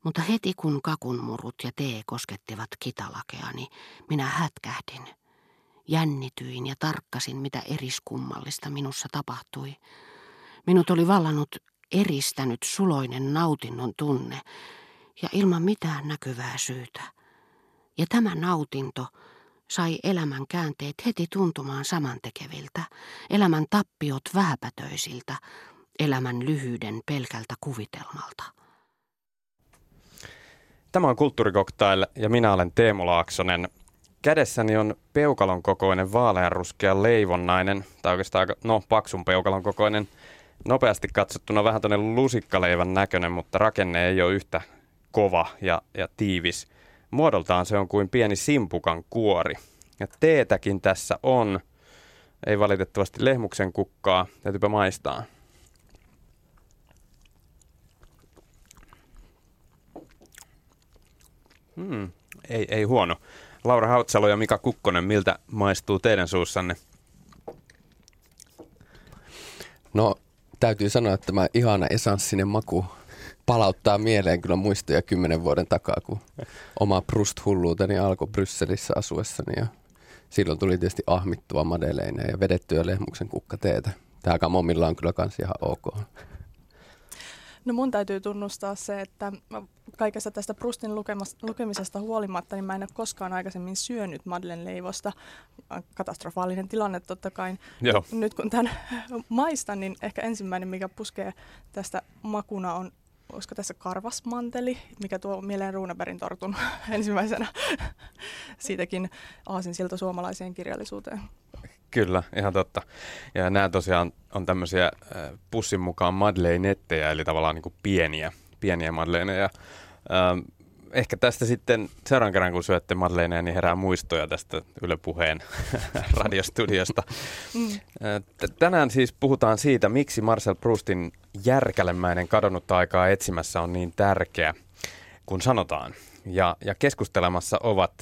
Mutta heti kun kakunmurut ja tee koskettivat kitalakeani, minä hätkähdin. Jännityin ja tarkkasin, mitä eriskummallista minussa tapahtui. Minut oli vallannut eristänyt suloinen nautinnon tunne ja ilman mitään näkyvää syytä. Ja tämä nautinto sai elämän käänteet heti tuntumaan samantekeviltä, elämän tappiot vähäpätöisiltä, elämän lyhyyden pelkältä kuvitelmalta. Tämä on Kulttuurikoktail ja minä olen Teemu Laaksonen. Kädessäni on peukalon kokoinen vaaleanruskea leivonnainen, tai oikeastaan paksun peukalon kokoinen. Nopeasti katsottuna vähän tuonne lusikkaleivän näköinen, mutta rakenne ei ole yhtä kova ja tiivis. Muodoltaan se on kuin pieni simpukan kuori. Ja teetäkin tässä on. Ei valitettavasti lehmuksen kukkaa. Täytyypä maistaa. Ei huono. Laura Hautsalo ja Mika Kukkonen, miltä maistuu teidän suussanne? No, täytyy sanoa, että tämä ihana esanssinen maku palauttaa mieleen kyllä muistoja 10 vuoden takaa, kun oma Proust-hulluuteni alkoi Brysselissä asuessani. Ja silloin tuli tietysti ahmittua madeleinea ja vedettyä lehmuksen kukkateetä. Tämä kamomilla on kyllä kans ihan ok. No mun täytyy tunnustaa se, että kaikesta tästä Proustin lukemisesta huolimatta, niin mä en ole koskaan aikaisemmin syönyt Madeleine-leivosta. Katastrofaalinen tilanne totta kai. Joo. Nyt kun tämän maistan, niin ehkä ensimmäinen, mikä puskee tästä makuna on, olisiko tässä karvasmanteli, mikä tuo mieleen Runebergin tortun ensimmäisenä. Siitäkin aasinsilta suomalaiseen kirjallisuuteen. Kyllä, ihan totta. Ja nämä tosiaan on tämmöisiä pussin mukaan madeleinettejä, eli tavallaan niin kuin pieniä madeleineja. Ehkä tästä sitten seuraavan kerran, kun syötte madeleineja, niin herää muistoja tästä Yle Puheen radiostudiosta. Tänään siis puhutaan siitä, miksi Marcel Proustin järkälemäinen kadonnutta aikaa etsimässä on niin tärkeä, kun sanotaan. Ja keskustelemassa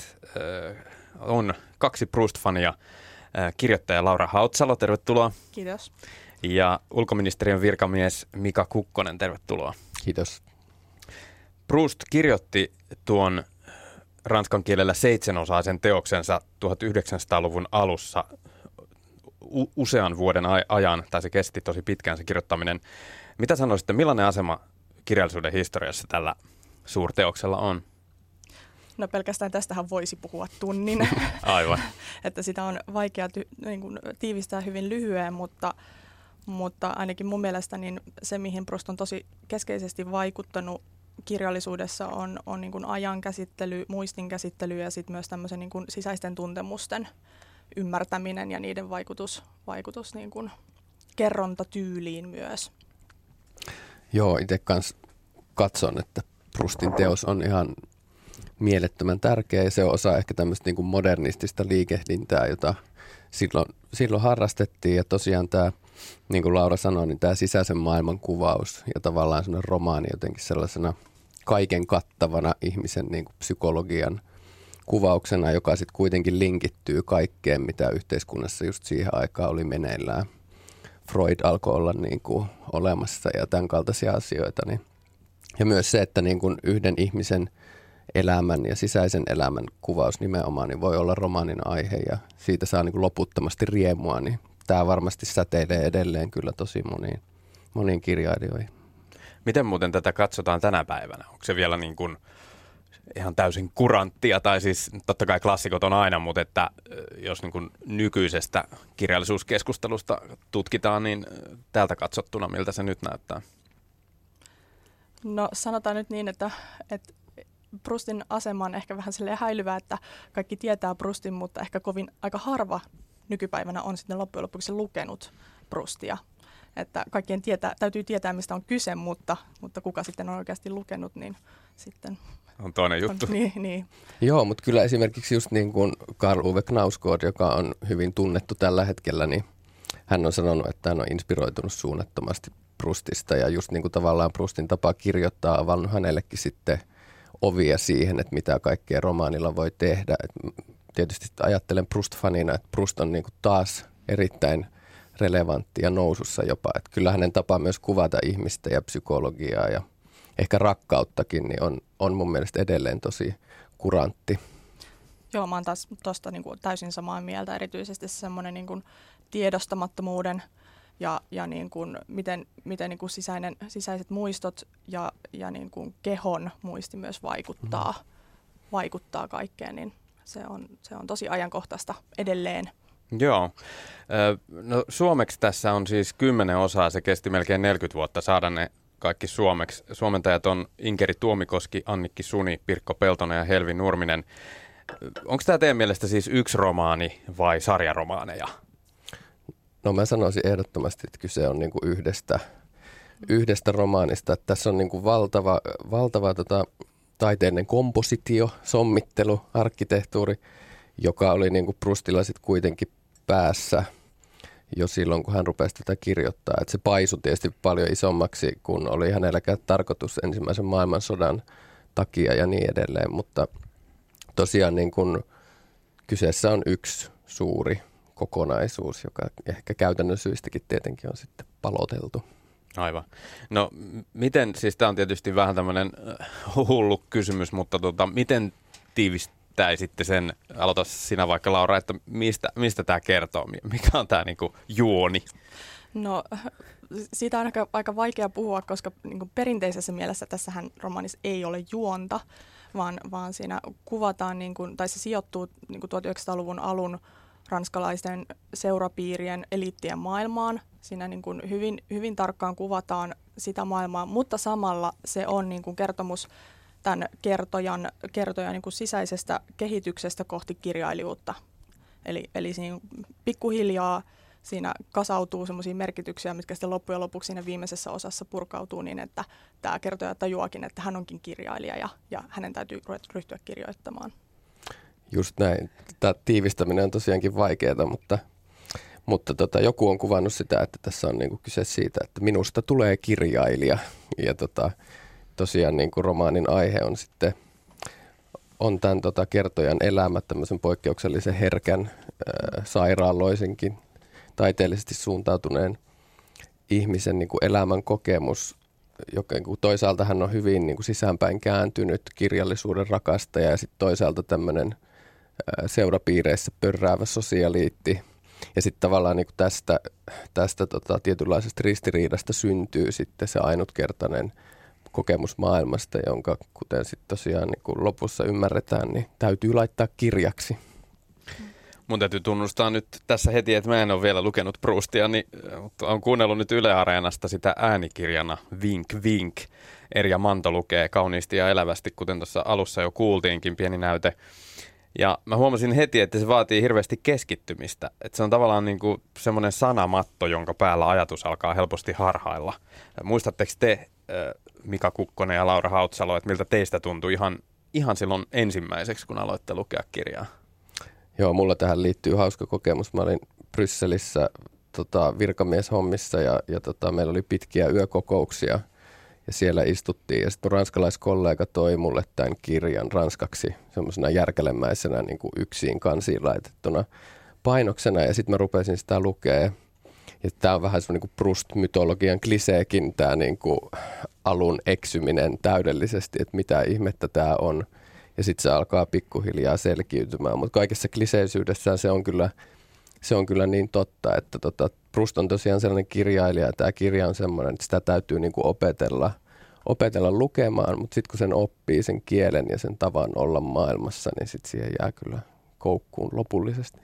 on 2 Proust-fania. Kirjoittaja Laura Hautsalo, tervetuloa. Kiitos. Ja ulkoministeriön virkamies Mika Kukkonen, tervetuloa. Kiitos. Proust kirjoitti tuon ranskan kielellä 7-osaisen teoksensa 1900-luvun alussa usean vuoden ajan, tai se kesti tosi pitkään se kirjoittaminen. Mitä sanoisitte, millainen asema kirjallisuuden historiassa tällä suurteoksella on? No pelkästään tästähän voisi puhua tunnin. Aivan. Että sitä on vaikea tiivistää hyvin lyhyen, mutta ainakin mun mielestä niin se, mihin Proust on tosi keskeisesti vaikuttanut kirjallisuudessa, on niin kuin ajan käsittely, muistin käsittely ja sitten myös tämmöisen niin kuin sisäisten tuntemusten ymmärtäminen ja niiden vaikutus niin kuin kerrontatyyliin myös. Joo, itse kanssa katson, että Proustin teos on ihan mielettömän tärkeä ja se on osa ehkä tämmöistä niin kuin modernistista liikehdintää, jota silloin harrastettiin ja tosiaan tämä, niin kuin Laura sanoi, niin tämä sisäisen maailman kuvaus ja tavallaan sellainen romaani jotenkin sellaisena kaiken kattavana ihmisen niin kuin psykologian kuvauksena, joka sitten kuitenkin linkittyy kaikkeen, mitä yhteiskunnassa just siihen aikaan oli meneillään. Freud alkoi olla niin kuin olemassa ja tämän kaltaisia asioita. Niin. Ja myös se, että niin kuin yhden ihmisen elämän ja sisäisen elämän kuvaus nimenomaan niin voi olla romaanin aihe ja siitä saa niin kuin loputtomasti riemua, niin tämä varmasti säteilee edelleen kyllä tosi moniin kirjailijoihin. Miten muuten tätä katsotaan tänä päivänä? Onko se vielä niin kuin ihan täysin kuranttia, tai siis totta kai klassikot on aina, mutta että jos niin kuin nykyisestä kirjallisuuskeskustelusta tutkitaan, niin täältä katsottuna miltä se nyt näyttää? No sanotaan nyt niin, että Proustin asema on ehkä vähän silleen häilyvä, että kaikki tietää Proustin, mutta ehkä aika harva nykypäivänä on sitten loppujen lopuksi lukenut Proustia. Että kaikkien täytyy tietää, mistä on kyse, mutta kuka sitten on oikeasti lukenut, niin sitten on toinen juttu. Niin. Joo, mutta kyllä esimerkiksi just niin kuin Karl Ove Knausgård, joka on hyvin tunnettu tällä hetkellä, niin hän on sanonut, että hän on inspiroitunut suunnattomasti Proustista ja just niin kuin tavallaan Proustin tapa kirjoittaa on avannut hänellekin sitten ovia siihen, että mitä kaikkea romaanilla voi tehdä. Et tietysti ajattelen Proust-fanina, että Proust on niin kuin taas erittäin relevantti ja nousussa jopa. Että kyllä hänen tapaa myös kuvata ihmistä ja psykologiaa ja ehkä rakkauttakin, niin on mun mielestä edelleen tosi kurantti. Joo, mä oon taas tuosta niin täysin samaa mieltä, erityisesti semmoinen niin tiedostamattomuuden ja niin kuin miten niin kuin sisäiset muistot ja niin kuin kehon muisti myös vaikuttaa kaikkeen, niin se on tosi ajankohtaista edelleen. Joo. No, suomeksi tässä on siis 10 osaa, se kesti melkein 40 vuotta saada ne kaikki suomeksi. Suomentajat on Inkeri Tuomikoski, Annikki Suni, Pirkko Peltonen ja Helvi Nurminen. Onko tämä teidän mielestä siis yksi romaani vai sarjaromaaneja? No mä sanoisin ehdottomasti, että kyse on niinku yhdestä romaanista. Että tässä on niinku valtava taiteellinen kompositio, sommittelu, arkkitehtuuri, joka oli niinku Proustilla sit kuitenkin päässä jo silloin, kun hän rupesi tätä kirjoittaa. Et se paisui tietysti paljon isommaksi, kun oli hänelläkään tarkoitus ensimmäisen maailmansodan takia ja niin edelleen. Mutta tosiaan niin kun kyseessä on yksi suuri kokonaisuus, joka ehkä käytännön syistäkin tietenkin on sitten paloteltu. Aivan. No miten, siis tämä on tietysti vähän tämmöinen hullu kysymys, mutta miten tiivistäisitte sen, aloita sinä vaikka Laura, että mistä tämä kertoo, mikä on tämä niinku juoni? No siitä on aika vaikea puhua, koska niinku perinteisessä mielessä tässähän romaanissa ei ole juonta, vaan siinä kuvataan, tai se sijoittuu 1900-luvun alun ranskalaisten seurapiirien eliittien maailmaan. Siinä hyvin, hyvin tarkkaan kuvataan sitä maailmaa, mutta samalla se on kertomus tämän kertojan sisäisestä kehityksestä kohti kirjailijuutta. Eli siinä pikkuhiljaa siinä kasautuu sellaisia merkityksiä, mitkä sitten loppujen lopuksi siinä viimeisessä osassa purkautuu niin, että tämä kertoja tajuakin, että hän onkin kirjailija ja hänen täytyy ryhtyä kirjoittamaan. Just näin. Tämä tiivistäminen on tosiaankin vaikeaa, mutta joku on kuvannut sitä, että tässä on niinku kyse siitä, että minusta tulee kirjailija. Ja tosiaan niinku romaanin aihe on sitten on tämän kertojan elämä, tämmöisen poikkeuksellisen herkän, sairaaloisenkin, taiteellisesti suuntautuneen ihmisen niinku elämän kokemus, joka toisaalta hän on hyvin niinku sisäänpäin kääntynyt kirjallisuuden rakastaja ja sitten toisaalta tämmöinen seurapiireissä pörräävä sosialiitti. Ja sitten tavallaan niinku tästä tietynlaisesta ristiriidasta syntyy sitten se ainutkertainen kokemus maailmasta, jonka kuten sitten tosiaan niinku lopussa ymmärretään, niin täytyy laittaa kirjaksi. Mun täytyy tunnustaa nyt tässä heti, että mä en ole vielä lukenut Proustia, niin olen kuunnellut nyt Yle Areenasta sitä äänikirjana Vink Vink. Erja Manto lukee kauniisti ja elävästi, kuten tuossa alussa jo kuultiinkin, pieni näyte. Ja mä huomasin heti, että se vaatii hirveästi keskittymistä. Että se on tavallaan niin kuin semmoinen sanamatto, jonka päällä ajatus alkaa helposti harhailla. Muistatteko te, Mika Kukkonen ja Laura Hautsalo, että miltä teistä tuntui ihan silloin ensimmäiseksi, kun aloitte lukea kirjaa? Joo, mulla tähän liittyy hauska kokemus. Mä olin Brysselissä virkamieshommissa ja meillä oli pitkiä yökokouksia ja siellä istuttiin. Ja sitten mun ranskalaiskollega toi mulle tämän kirjan ranskaksi semmoisena järkälemäisenä niin kuin yksin kansiin laitettuna painoksena. Ja sitten mä rupesin sitä lukea. Ja tämä on vähän semmoinen niin kuin Proust-mytologian kliseekin, tämä niin kuin alun eksyminen täydellisesti, että mitä ihmettä tämä on. Ja sitten se alkaa pikkuhiljaa selkiytymään, mutta kaikessa kliseisyydessään se on kyllä niin totta, että Proust on tosiaan sellainen kirjailija, ja tämä kirja on semmoinen, että sitä täytyy niinku opetella lukemaan, mutta sitten kun sen oppii sen kielen ja sen tavan olla maailmassa, niin sitten siihen jää kyllä koukkuun lopullisesti.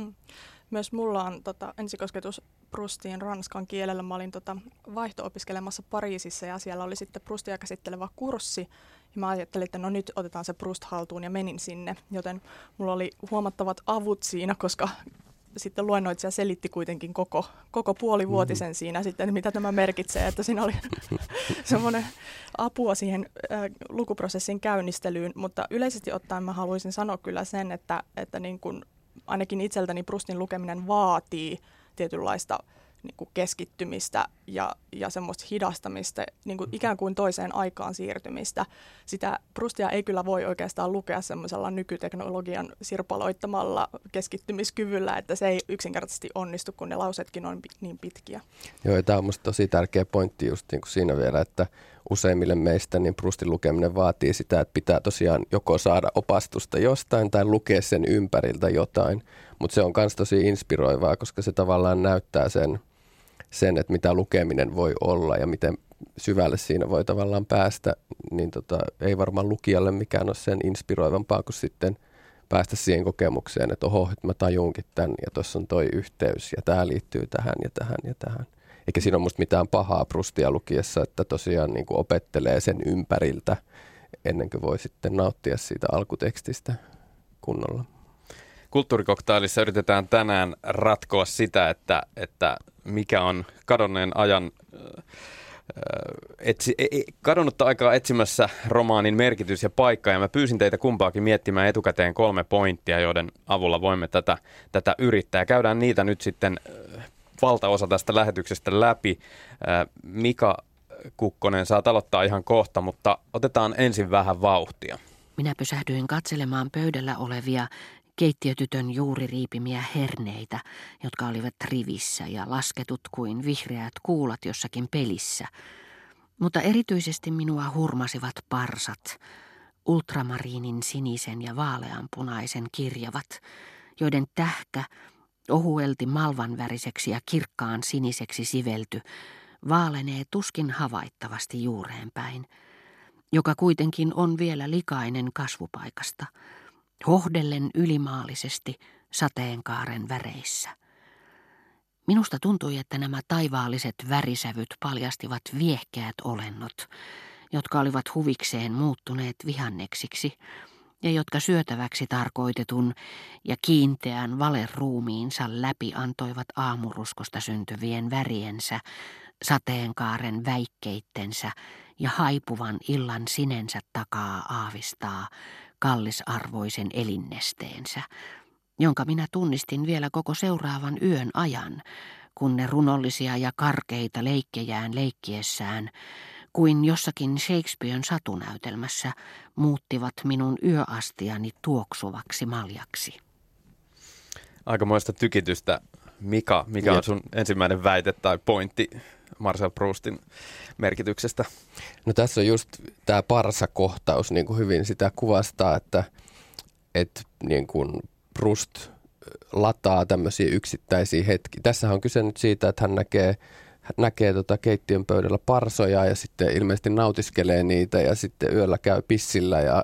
Myös mulla on ensikosketus Proustiin ranskan kielellä. Mä olin vaihto-opiskelemassa Pariisissa ja siellä oli sitten Proustia käsittelevä kurssi. Ja mä ajattelin, että no nyt otetaan se Proust haltuun ja menin sinne. Joten mulla oli huomattavat avut siinä, koska sitten luennoitsija selitti kuitenkin koko puolivuotisen siinä sitten, mitä tämä merkitsee. Että siinä oli semmoinen apua siihen lukuprosessin käynnistelyyn. Mutta yleisesti ottaen mä haluaisin sanoa kyllä sen, että niin kuin ainakin itseltäni Proustin lukeminen vaatii tietynlaista niin kuin keskittymistä ja semmoista hidastamista, niin kuin ikään kuin toiseen aikaan siirtymistä. Sitä Proustia ei kyllä voi oikeastaan lukea semmoisella nykyteknologian sirpaloittamalla keskittymiskyvyllä, että se ei yksinkertaisesti onnistu, kun ne lauseetkin on niin pitkiä. Joo, ja tämä on minusta tosi tärkeä pointti just niin kuin siinä vielä, että useimmille meistä, niin Proustin lukeminen vaatii sitä, että pitää tosiaan joko saada opastusta jostain tai lukea sen ympäriltä jotain. Mutta se on myös tosi inspiroivaa, koska se tavallaan näyttää sen, että mitä lukeminen voi olla ja miten syvälle siinä voi tavallaan päästä. Niin ei varmaan lukijalle mikään ole sen inspiroivampaa kuin sitten päästä siihen kokemukseen, että oho, että mä tajunkin tämän ja tuossa on toi yhteys ja tämä liittyy tähän ja tähän ja tähän. Eikä siinä ole musta mitään pahaa Proustia lukiessa, että tosiaan niin kuin opettelee sen ympäriltä ennen kuin voi sitten nauttia siitä alkutekstistä kunnolla. Kulttuurikoktailissa yritetään tänään ratkoa sitä, että mikä on kadonneen ajan kadonnutta aikaa etsimässä romaanin merkitys ja paikka, ja mä pyysin teitä kumpaakin miettimään etukäteen 3 pointtia, joiden avulla voimme tätä yrittää. Käydään niitä nyt sitten valtaosa tästä lähetyksestä läpi. Mika Kukkonen saa aloittaa ihan kohta, mutta otetaan ensin vähän vauhtia. Minä pysähdyin katselemaan pöydällä olevia keittiötytön juuri riipimiä herneitä, jotka olivat rivissä ja lasketut kuin vihreät kuulat jossakin pelissä. Mutta erityisesti minua hurmasivat parsat, ultramariinin sinisen ja vaaleanpunaisen kirjavat, joiden tähkä, ohuelti malvanväriseksi ja kirkkaan siniseksi sivelty, vaalenee tuskin havaittavasti juureen päin, joka kuitenkin on vielä likainen kasvupaikasta, hohdellen ylimaallisesti sateenkaaren väreissä. Minusta tuntui, että nämä taivaalliset värisävyt paljastivat viehkeät olennot, jotka olivat huvikseen muuttuneet vihanneksiksi ja jotka syötäväksi tarkoitetun ja kiinteän valeruumiinsa läpi antoivat aamuruskosta syntyvien väriensä, sateenkaaren väikkeittensä ja haipuvan illan sinensä takaa aavistaa kallisarvoisen elinnesteensä, jonka minä tunnistin vielä koko seuraavan yön ajan, kun ne runollisia ja karkeita leikkejään leikkiessään, kuin jossakin Shakespearen satunäytelmässä, muuttivat minun yöastiani tuoksuvaksi maljaksi. Aikamoista tykitystä. Mika, mikä on sun ensimmäinen väite tai pointti Marcel Proustin merkityksestä? No tässä on just tämä parsakohtaus niin kuin hyvin sitä kuvastaa, että niin kuin Proust lataa tämmöisiä yksittäisiä hetkiä. Tässä on kyse nyt siitä, että hän näkee keittiön pöydällä parsoja ja sitten ilmeisesti nautiskelee niitä ja sitten yöllä käy pissillä ja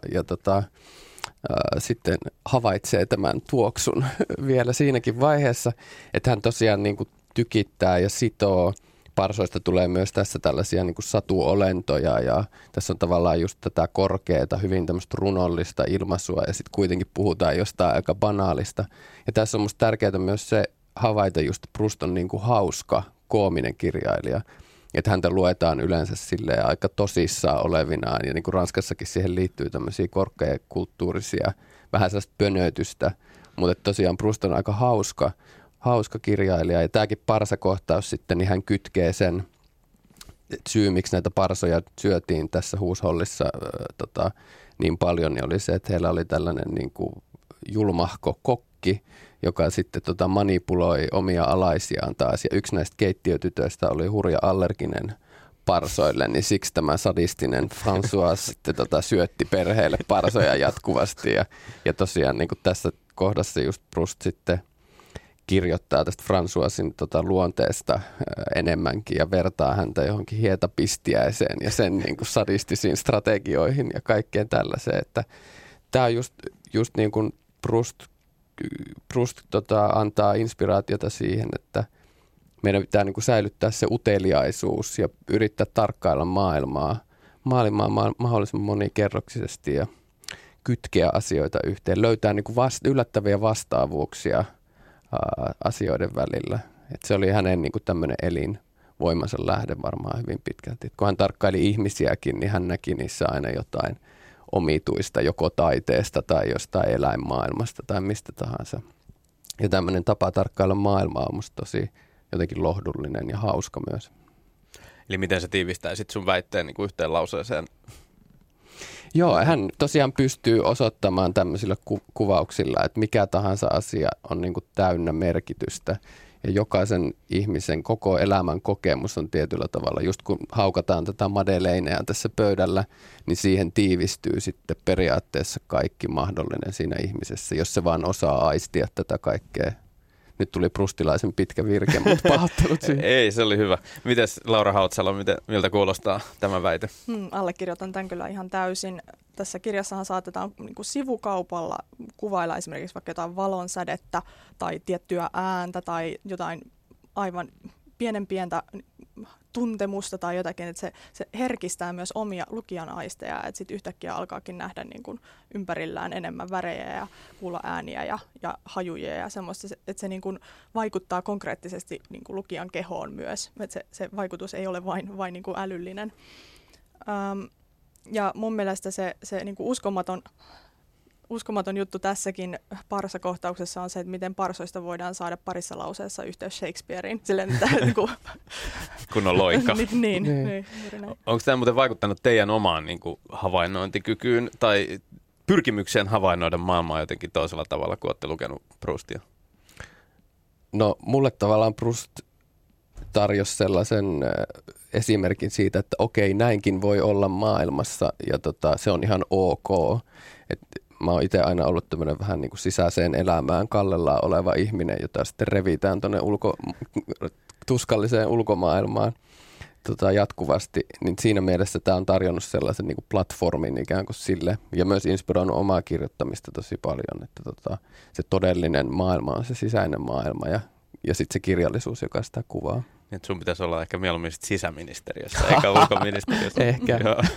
sitten havaitsee tämän tuoksun vielä siinäkin vaiheessa, että hän tosiaan niin kuin tykittää ja sitoo. Parsoista tulee myös tässä tällaisia niin kuin satuolentoja ja tässä on tavallaan just tätä korkeata, hyvin tämmöistä runollista ilmaisua ja sitten kuitenkin puhutaan jostain aika banaalista. Ja tässä on musta tärkeää myös se havaita just, että Proust on niin kuin hauska, koominen kirjailija. Että häntä luetaan yleensä silleen aika tosissaan olevinaan ja niin kuin Ranskassakin siihen liittyy tämmöisiä korkeakulttuurisia, vähän sellaista pönötystä, mutta tosiaan Proust on aika hauska kirjailija ja tämäkin parsakohtaus sitten, niin hän kytkee sen syy, miksi näitä parsoja syötiin tässä huushollissa niin paljon, niin oli se, että heillä oli tällainen niin kuin julmahko kokki, joka sitten manipuloi omia alaisiaan taas. Ja yksi näistä keittiötytöistä oli hurja allerginen parsoille, niin siksi tämä sadistinen François sitten syötti perheelle parsoja jatkuvasti. Ja tosiaan niin kuin tässä kohdassa just Proust sitten kirjoittaa tästä Françoisin luonteesta enemmänkin ja vertaa häntä johonkin hietapistiäiseen ja sen niin kuin sadistisiin strategioihin ja kaikkeen tällaiseen. Että tämä on just niin kuin Proust antaa inspiraatiota siihen, että meidän pitää niin kuin säilyttää se uteliaisuus ja yrittää tarkkailla maailmaa mahdollisimman monikerroksisesti ja kytkeä asioita yhteen, löytää niin kuin yllättäviä vastaavuuksia asioiden välillä. Et se oli hänen niin kuin tämmöinen elinvoimansa lähde varmaan hyvin pitkälti. Et kun hän tarkkaili ihmisiäkin, niin hän näki niissä aina jotain omituista, joko taiteesta tai jostain eläinmaailmasta tai mistä tahansa. Ja tämmöinen tapa tarkkailla maailmaa on musta tosi jotenkin lohdullinen ja hauska myös. Eli miten sä tiivistäisit sun väitteen niin kuin yhteen lauseeseen? Joo, hän tosiaan pystyy osoittamaan tämmöisillä kuvauksilla, että mikä tahansa asia on niin kuin täynnä merkitystä. Ja jokaisen ihmisen koko elämän kokemus on tietyllä tavalla, just kun haukataan tätä Madeleineä tässä pöydällä, niin siihen tiivistyy sitten periaatteessa kaikki mahdollinen siinä ihmisessä, jos se vaan osaa aistia tätä kaikkea. Nyt tuli prustilaisen pitkä virke, mutta pahoittelut siihen. Ei, se oli hyvä. Mites Laura Hautsalo, miltä kuulostaa tämä väite? Allekirjoitan tämän kyllä ihan täysin. Tässä kirjassahan saatetaan niin kuin sivukaupalla kuvailla esimerkiksi vaikka jotain valonsädettä tai tiettyä ääntä tai jotain aivan pientä tuntemusta tai jotakin, että se herkistää myös omia lukijan aisteja, että sitten yhtäkkiä alkaakin nähdä niin kuin ympärillään enemmän värejä ja kuulla ääniä ja hajuja ja semmoista, että se niin kuin vaikuttaa konkreettisesti niin kuin lukijan kehoon myös, että se vaikutus ei ole vain niin kuin älyllinen. Ja mun mielestä se niin kuin uskomaton juttu tässäkin parsakohtauksessa on se, että miten parsoista voidaan saada parissa lauseessa yhteys Shakespeareen. Silleen, kun on loikka. niin. Onko tämä muuten vaikuttanut teidän omaan niin kuin havainnointikykyyn tai pyrkimykseen havainnoida maailmaa jotenkin toisella tavalla, kun olette lukenut Proustia? No mulle tavallaan Proust tarjosi sellaisen esimerkin siitä, että okei, näinkin voi olla maailmassa ja se on ihan ok. Mä oon itse aina ollut tämmöinen vähän niin kuin sisäiseen elämään kallellaan oleva ihminen, jota sitten revitään tuonne tuskalliseen ulkomaailmaan jatkuvasti. Niin siinä mielessä tämä on tarjonnut sellaisen niin kuin platformin ikään kuin sille ja myös inspiroinut omaa kirjoittamista tosi paljon. Että se todellinen maailma on se sisäinen maailma ja sitten se kirjallisuus, joka sitä kuvaa. Että sun pitäisi olla ehkä mieluummin sisäministeriössä eikä ulkoministeriössä. Ehkä.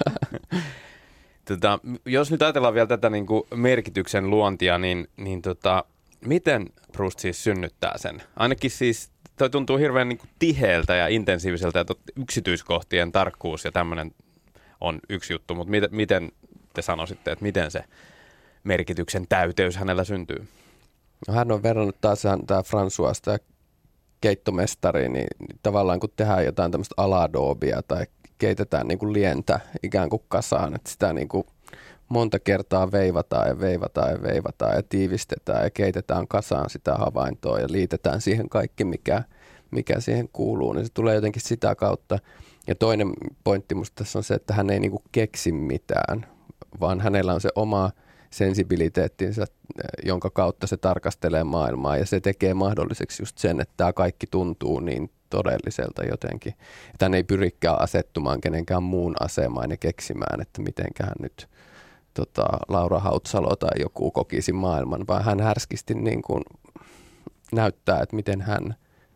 Jos nyt ajatellaan vielä tätä niin kuin merkityksen luontia, niin miten Proust siis synnyttää sen? Ainakin siis toi tuntuu hirveän niin kuin tiheältä ja intensiiviseltä, että yksityiskohtien tarkkuus ja tämmöinen on yksi juttu, mutta miten te sanoisitte, että miten se merkityksen täyteys hänellä syntyy? No, hän on verrannut taas tämä François, tämä keittomestari, niin tavallaan kun tehdään jotain tämmöistä aladobia tai keitetään niin kuin lientä ikään kuin kasaan, että sitä niin kuin monta kertaa veivataan ja tiivistetään ja keitetään kasaan sitä havaintoa ja liitetään siihen kaikki, mikä siihen kuuluu, niin se tulee jotenkin sitä kautta. Ja toinen pointti musta tässä on se, että hän ei niin kuin keksi mitään, vaan hänellä on se oma sensibiliteettinsä, jonka kautta se tarkastelee maailmaa ja se tekee mahdolliseksi just sen, että tämä kaikki tuntuu niin todelliselta jotenkin. Että hän ei pyrikään asettumaan kenenkään muun asemaan ja keksimään, että mitenköhän nyt Laura Hautsalo tai joku kokisi maailman, vaan hän härskisti niin kuin näyttää, että miten hän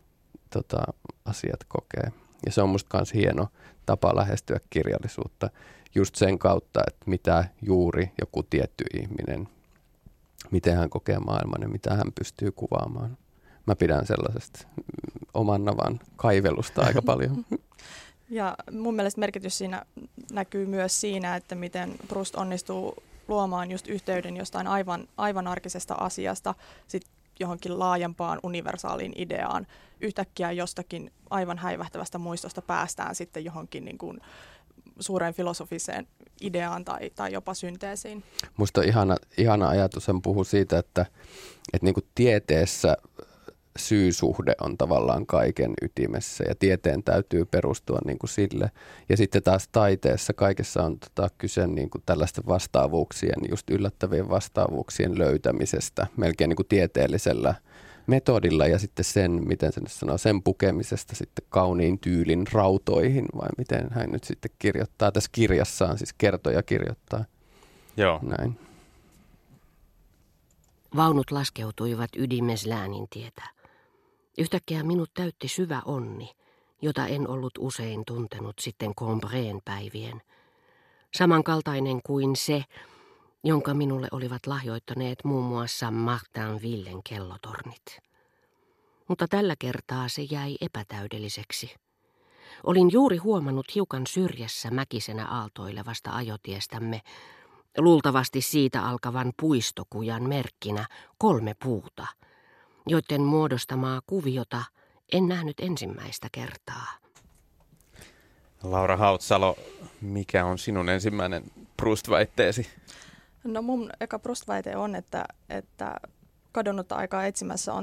asiat kokee. Ja se on musta myös hieno tapa lähestyä kirjallisuutta just sen kautta, että mitä juuri joku tietty ihminen, miten hän kokee maailman ja mitä hän pystyy kuvaamaan. Mä pidän sellaisesta oman navan kaivelusta aika paljon. Ja mun mielestä merkitys siinä näkyy myös siinä, että miten Proust onnistuu luomaan just yhteyden jostain aivan arkisesta asiasta sit johonkin laajempaan universaaliin ideaan. Yhtäkkiä jostakin aivan häivähtävästä muistosta päästään sitten johonkin niin kuin suureen filosofiseen ideaan tai jopa synteesiin. Musta on ihana ajatus, hän puhuu siitä, että niin kuin tieteessä syysuhde on tavallaan kaiken ytimessä ja tieteen täytyy perustua niin kuin sille. Ja sitten taas taiteessa kaikessa on kyse niin kuin tällaisten vastaavuuksien, just yllättävien vastaavuuksien löytämisestä melkein niin kuin tieteellisellä metodilla ja sitten sen, miten se nyt sanoo, sen pukemisesta sitten kauniin tyylin rautoihin vai miten hän nyt sitten kirjoittaa. Tässä kirjassaan siis kertoja kirjoittaa. Joo. Näin. Vaunut laskeutuivat Ydimesläännin tietä. Yhtäkkiä minut täytti syvä onni, jota en ollut usein tuntenut sitten Combreen päivien. Samankaltainen kuin se, jonka minulle olivat lahjoittaneet muun muassa Martinvillen kellotornit. Mutta tällä kertaa se jäi epätäydelliseksi. Olin juuri huomannut hiukan syrjässä mäkisenä aaltoilevasta ajotiestämme, luultavasti siitä alkavan puistokujan merkkinä 3 puuta, joiden muodostamaa kuviota en nähnyt ensimmäistä kertaa. Laura Hautsalo, mikä on sinun ensimmäinen Proust-väitteesi? No mun eka Proust-väite on, että kadonnutta aikaa etsimässä on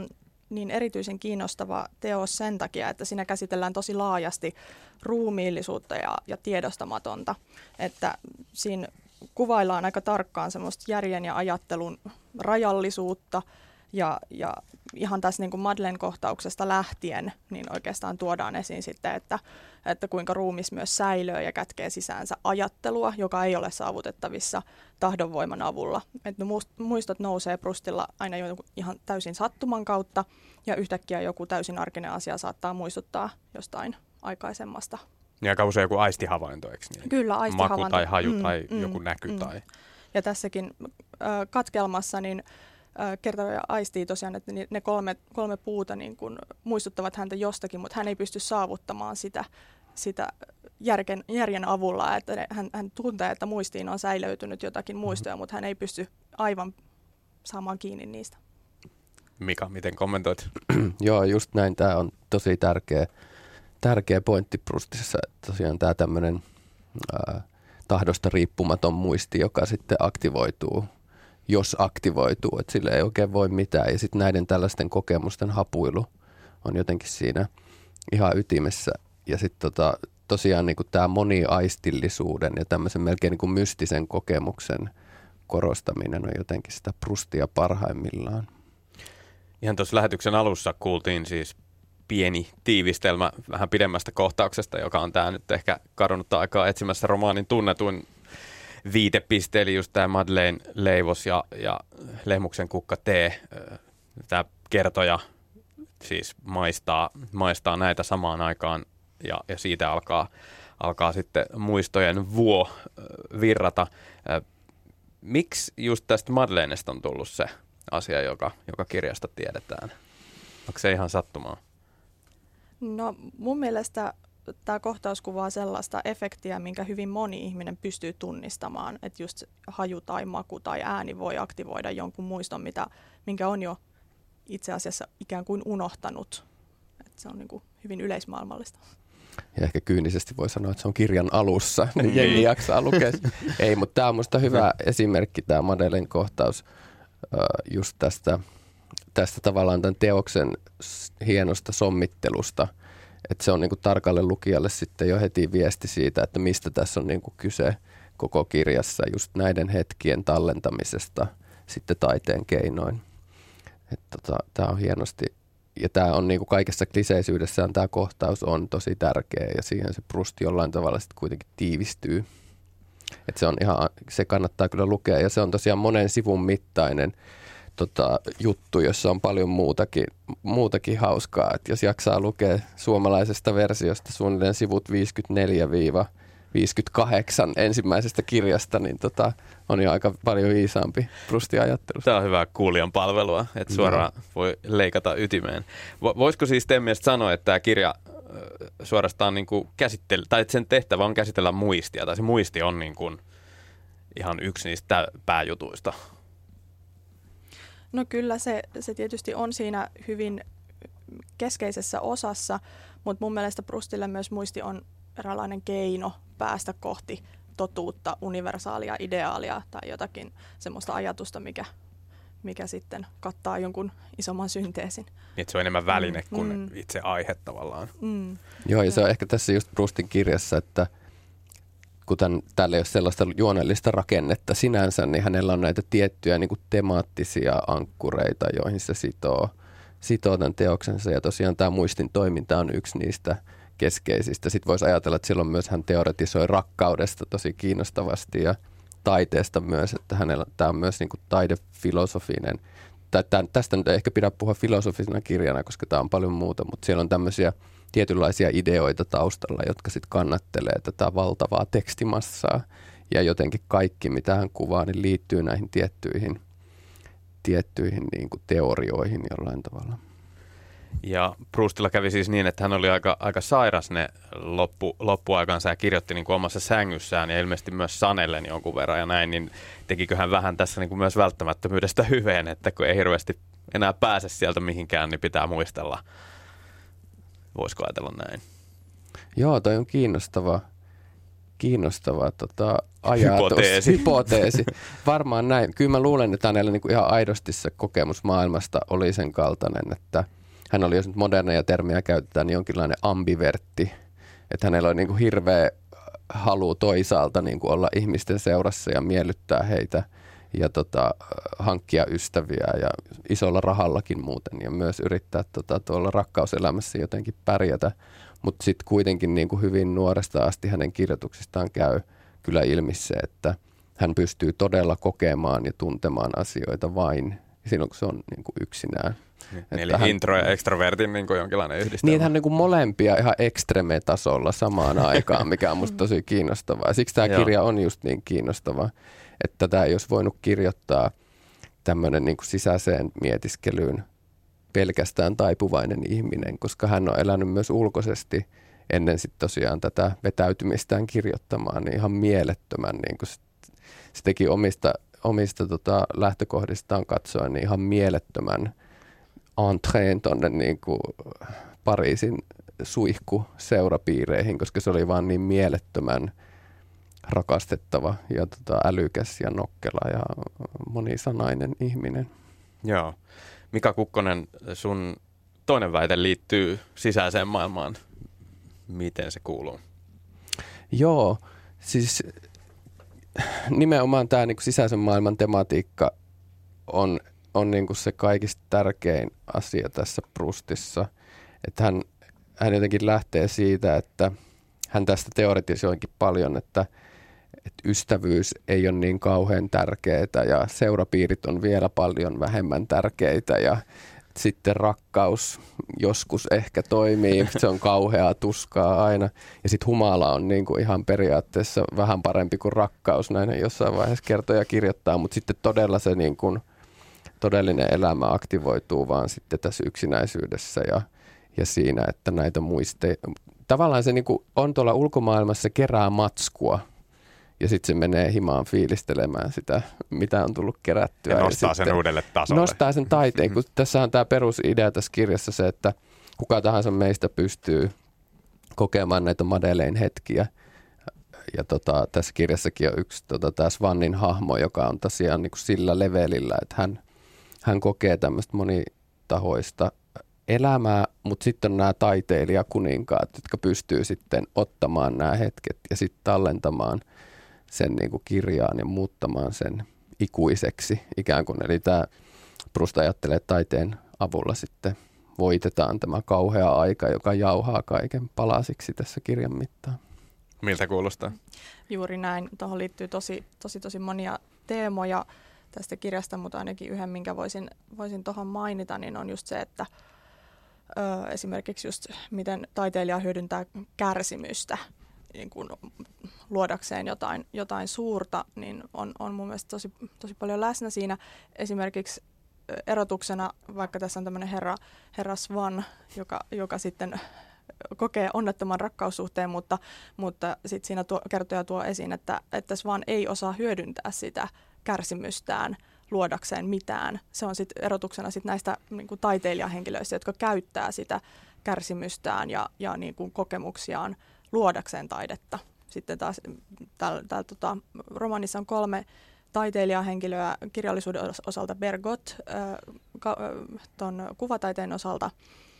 niin erityisen kiinnostava teos sen takia, että siinä käsitellään tosi laajasti ruumiillisuutta ja tiedostamatonta. Että siinä kuvaillaan aika tarkkaan semmoista järjen ja ajattelun rajallisuutta ja ihan tässä niin kuin Madeleine-kohtauksesta lähtien niin oikeastaan tuodaan esiin sitten, että kuinka ruumis myös säilöö ja kätkee sisäänsä ajattelua, joka ei ole saavutettavissa tahdonvoiman avulla. Että muistot nousee Proustilla aina ihan täysin sattuman kautta ja yhtäkkiä joku täysin arkinen asia saattaa muistuttaa jostain aikaisemmasta. Ja aika usein joku aistihavainto, eikö niin? Kyllä, aistihavainto. Maku tai haju tai joku näky. Tai... Ja tässäkin katkelmassa niin kertoja aistii tosiaan, että ne kolme puuta niin kun muistuttavat häntä jostakin, mutta hän ei pysty saavuttamaan sitä järjen avulla, että hän tuntee, että muistiin on säilöytynyt jotakin muistoja, mutta hän ei pysty aivan saamaan kiinni niistä. Mika, miten kommentoit? Joo, just näin. Tämä on tosi tärkeä pointti Proustissa. Tosiaan tämä tämmöinen tahdosta riippumaton muisti, joka sitten aktivoituu, jos aktivoituu, että sille ei oikein voi mitään. Ja sitten näiden tällaisten kokemusten hapuilu on jotenkin siinä ihan ytimessä. Ja sitten tosiaan niin kuin tämä moniaistillisuuden ja tämmöisen melkein niin kuin mystisen kokemuksen korostaminen on jotenkin sitä Proustia parhaimmillaan. Ihan tuossa lähetyksen alussa kuultiin siis pieni tiivistelmä vähän pidemmästä kohtauksesta, joka on tämä nyt ehkä kadonnut aikaa etsimässä romaanin tunnetuin viitepiste, eli just tämä Madeleine leivos ja Lehmuksen kukka tee. Tämä kertoja siis maistaa näitä samaan aikaan ja siitä alkaa sitten muistojen vuo virrata. Miksi just tästä Madeleinestä on tullut se asia, joka kirjasta tiedetään? Onko se ihan sattumaa? No mun mielestä tämä kohtaus kuvaa sellaista efektiä, minkä hyvin moni ihminen pystyy tunnistamaan, että just haju tai maku tai ääni voi aktivoida jonkun muiston, minkä on jo itse asiassa ikään kuin unohtanut. Että se on niin kuin hyvin yleismaailmallista. Ja ehkä kyynisesti voi sanoa, että se on kirjan alussa, niin jengi jaksaa lukea. Ei, mutta tämä on minusta hyvä esimerkki, tämä Madeleine kohtaus just tästä tavallaan tämän teoksen hienosta sommittelusta, että se on niin kuin tarkalle lukijalle sitten jo heti viesti siitä, että mistä tässä on niin kuin kyse koko kirjassa, just näiden hetkien tallentamisesta sitten taiteen keinoin. Tämä on hienosti, ja tämä on niin kuin kaikessa kliseisyydessään tämä kohtaus on tosi tärkeä, ja siihen se Proust jollain tavalla sitten kuitenkin tiivistyy. Että se kannattaa kyllä lukea, ja se on tosiaan monen sivun mittainen juttu, jossa on paljon muutakin hauskaa. Et jos jaksaa lukea suomalaisesta versiosta suunnilleen sivut 54-58 ensimmäisestä kirjasta, niin on jo aika paljon viisaampi Proustin ajattelusta. Tämä on hyvää kuulijan palvelua, että suoraan voi leikata ytimeen. Voisiko siis teidän mielestä sanoa, että tämä kirja suorastaan niin kuin tai että sen tehtävä on käsitellä muistia, tai se muisti on niin kuin ihan yksi niistä pääjutuista? No kyllä se tietysti on siinä hyvin keskeisessä osassa, mutta mun mielestä Proustille myös muisti on eräänlainen keino päästä kohti totuutta, universaalia ideaalia tai jotakin semmoista ajatusta, mikä sitten kattaa jonkun isomman synteesin. Niin, se on enemmän väline kuin itse aihe tavallaan. Joo, ja se on ehkä tässä just Proustin kirjassa, että kuten täällä ei ole sellaista juonellista rakennetta sinänsä, niin hänellä on näitä tiettyjä niin kuin temaattisia ankkureita, joihin se sitoo tämän teoksensa. Ja tosiaan tämä muistin toiminta on yksi niistä keskeisistä. Sitten voisi ajatella, että silloin myös hän teoretisoi rakkaudesta tosi kiinnostavasti ja taiteesta myös, että hänellä tämä on myös niin kuin taidefilosofinen. Tästä nyt ei ehkä pidä puhua filosofisena kirjana, koska tämä on paljon muuta, mutta siellä on tämmöisiä tietynlaisia ideoita taustalla, jotka sitten kannattelee tätä valtavaa tekstimassaa. Ja jotenkin kaikki, mitä hän kuvaa, niin liittyy näihin tiettyihin niin kuin teorioihin jollain tavalla. Ja Proustilla kävi siis niin, että hän oli aika sairas ne loppuaikansa ja kirjoitti niin kuin omassa sängyssään ja ilmeisesti myös sanellen jonkun verran ja näin, niin tekikö hän vähän tässä niin kuin myös välttämättömyydestä hyveen, että kun ei hirveästi enää pääse sieltä mihinkään, niin pitää muistella. Voisiko ajatella näin? Joo, toi on kiinnostava ajatus. Hypoteesi. Varmaan näin. Kyllä mä luulen, että hänellä niin kuin ihan aidosti se kokemus maailmasta oli sen kaltainen, että hän oli, jos nyt moderneja termejä käytetään, niin jonkinlainen ambivertti. Että hänellä oli niin kuin hirveä halu toisaalta niin kuin olla ihmisten seurassa ja miellyttää heitä ja hankkia ystäviä ja isolla rahallakin muuten ja myös yrittää tuolla rakkauselämässä jotenkin pärjätä. Mutta sitten kuitenkin niin kuin hyvin nuoresta asti hänen kirjoituksistaan käy kyllä ilmi se, että hän pystyy todella kokemaan ja tuntemaan asioita vain silloin, kun se on niin kuin yksinään. Eli intro ja extrovertin niin kuin jonkinlainen yhdistelmä. Niin, että hän niin kuin molempia ihan ekstreme-tasolla samaan aikaan, mikä on musta tosi kiinnostavaa. Siksi tämä kirja on just niin kiinnostava, että tätä ei olisi voinut kirjoittaa tämmöinen niin kuin sisäiseen mietiskelyyn pelkästään taipuvainen ihminen, koska hän on elänyt myös ulkoisesti ennen sitten tosiaan tätä vetäytymistään kirjoittamaan, niin ihan mielettömän, niin kuin se teki omista lähtökohdistaan katsoen niin ihan mielettömän entreen tuonne niin kuin Pariisin suihkuseurapiireihin, koska se oli vaan niin mielettömän rakastettava ja älykäs ja nokkela ja monisanainen ihminen. Joo. Mika Kukkonen, sun toinen väite liittyy sisäiseen maailmaan. Miten se kuuluu? Joo, siis nimenomaan tämä niin kuin sisäisen maailman tematiikka on niin kuin se kaikista tärkein asia tässä Proustissa. Että hän jotenkin lähtee siitä, että hän tästä teoretisoinkin paljon, että ystävyys ei ole niin kauhean tärkeää ja seurapiirit on vielä paljon vähemmän tärkeitä ja sitten rakkaus joskus ehkä toimii, se on kauheaa tuskaa aina. Ja sitten humala on niin kuin ihan periaatteessa vähän parempi kuin rakkaus, näin jossain vaiheessa kertoo ja kirjoittaa, mutta sitten todella se niin kuin todellinen elämä aktivoituu vaan sitten tässä yksinäisyydessä ja siinä, että näitä tavallaan se niin kuin on tuolla ulkomaailmassa kerää matskua ja sitten se menee himaan fiilistelemään sitä, mitä on tullut kerättyä. Ja nostaa sen uudelle tasolle. Nostaa sen taiteen, kun tässä on tämä perusidea tässä kirjassa se, että kuka tahansa meistä pystyy kokemaan näitä Madeleine-hetkiä. Ja tässä kirjassakin on yksi tämä Swannin hahmo, joka on tosiaan niin kuin sillä levelillä, että hän kokee tämmöistä monitahoista elämää, mutta sitten on nämä taiteilijakuninkaat, jotka pystyy sitten ottamaan nämä hetket ja sitten tallentamaan sen niin kuin kirjaan ja muuttamaan sen ikuiseksi ikään kuin. Eli tämä Proust ajattelee, että taiteen avulla sitten voitetaan tämä kauhea aika, joka jauhaa kaiken palasiksi tässä kirjan mittaan. Miltä kuulostaa? Juuri näin. Tuohon liittyy tosi monia teemoja tästä kirjasta, mutta ainakin yhden, minkä voisin tuohon mainita, niin on just se, että esimerkiksi just miten taiteilija hyödyntää kärsimystä niin kuin luodakseen jotain suurta, niin on mun mielestä tosi paljon läsnä siinä. Esimerkiksi erotuksena, vaikka tässä on tämmöinen herra Swan, joka sitten kokee onnettoman rakkaussuhteen, mutta sitten siinä kertoja tuo esiin, että Swan ei osaa hyödyntää sitä kärsimystään luodakseen mitään. Se on sitten erotuksena sit näistä niin kuin taiteilijahenkilöistä, jotka käyttää sitä kärsimystään ja niin kuin kokemuksiaan luodakseen taidetta. Sitten taas täällä romaanissa on 3 taiteilijahenkilöä kirjallisuuden osalta Bergot, ton kuvataiteen osalta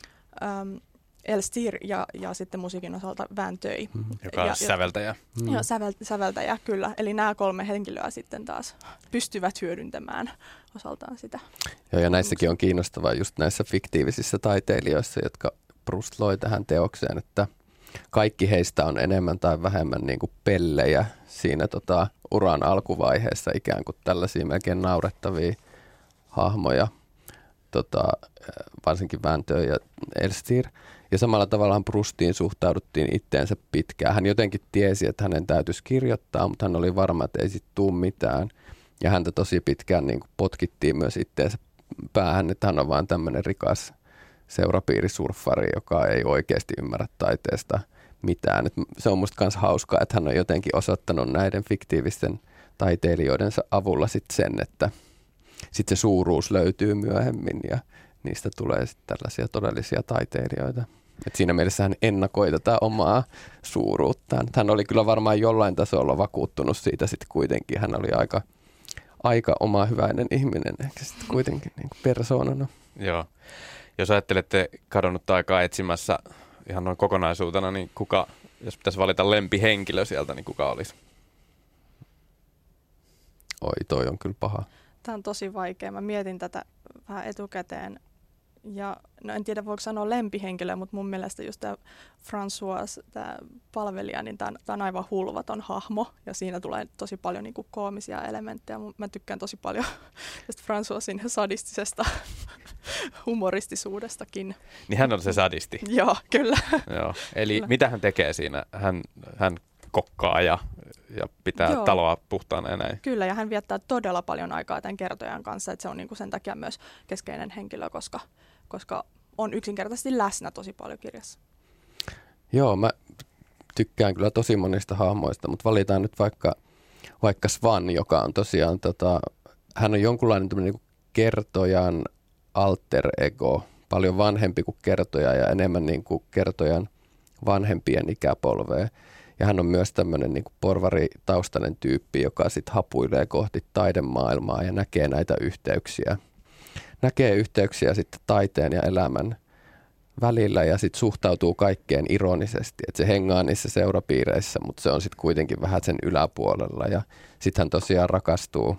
Elstir ja sitten musiikin osalta Vinteuil. Joka on säveltäjä. Joo, säveltäjä, kyllä. Eli nämä 3 henkilöä sitten taas pystyvät hyödyntämään osaltaan sitä. Joo, ja näissäkin on kiinnostavaa just näissä fiktiivisissä taiteilijoissa, jotka Proust loi tähän teokseen, että kaikki heistä on enemmän tai vähemmän niin kuin pellejä siinä uran alkuvaiheessa, ikään kuin tällaisia melkein naurettavia hahmoja, varsinkin Vinteuil ja Elstir. Ja samalla tavallaan Proustiin suhtauduttiin itteensä pitkään. Hän jotenkin tiesi, että hänen täytyisi kirjoittaa, mutta hän oli varma, että ei sitten tule mitään. Ja häntä tosi pitkään niin kuin potkittiin myös itteensä päähän, että hän on vaan tämmöinen rikas seurapiirisurffari, joka ei oikeasti ymmärrä taiteesta mitään. Et se on musta myös hauskaa, että hän on jotenkin osoittanut näiden fiktiivisten taiteilijoidensa avulla sit sen, että sitten se suuruus löytyy myöhemmin ja niistä tulee sitten tällaisia todellisia taiteilijoita. Et siinä mielessä hän ennakoi tätä omaa suuruuttaan. Hän oli kyllä varmaan jollain tasolla vakuuttunut siitä sitten kuitenkin. Hän oli aika oma hyväinen ihminen ehkä sitten kuitenkin niin kuin persoonana. Joo. Jos ajattelette kadonnutta aikaa etsimässä ihan noin kokonaisuutena, niin jos pitäisi valita lempihenkilö sieltä, niin kuka olisi? Oi, toi on kyllä paha. Tämä on tosi vaikea. Mä mietin tätä vähän etukäteen. Ja no en tiedä voiko sanoa lempihenkilö, mutta mun mielestä just tämä François, tämä palvelija, niin tämä on aivan hulvaton hahmo. Ja siinä tulee tosi paljon niin kuin koomisia elementtejä. Mä tykkään tosi paljon tästä Françoisin sadistisesta humoristisuudestakin. Niin hän on se sadisti. Joo, kyllä. Joo. Eli kyllä. Mitä hän tekee siinä? Hän kokkaa ja pitää taloa puhtaana ja näin. Kyllä, ja hän viettää todella paljon aikaa tämän kertojan kanssa, että se on niin kuin sen takia myös keskeinen henkilö, koska on yksinkertaisesti läsnä tosi paljon kirjassa. Joo, mä tykkään kyllä tosi monista hahmoista, mutta valitaan nyt vaikka Svan, joka on tosiaan, hän on jonkunlainen niin kuin kertojan alter ego, paljon vanhempi kuin kertoja ja enemmän niin kuin kertojan vanhempien ikäpolvea. Ja hän on myös tämmöinen niin kuin porvaritaustainen tyyppi, joka sitten hapuilee kohti taidemaailmaa ja näkee näitä yhteyksiä. Näkee yhteyksiä sitten taiteen ja elämän välillä ja sitten suhtautuu kaikkeen ironisesti. Että se hengaa niissä seurapiireissä, mutta se on sitten kuitenkin vähän sen yläpuolella. Ja sitten hän tosiaan rakastuu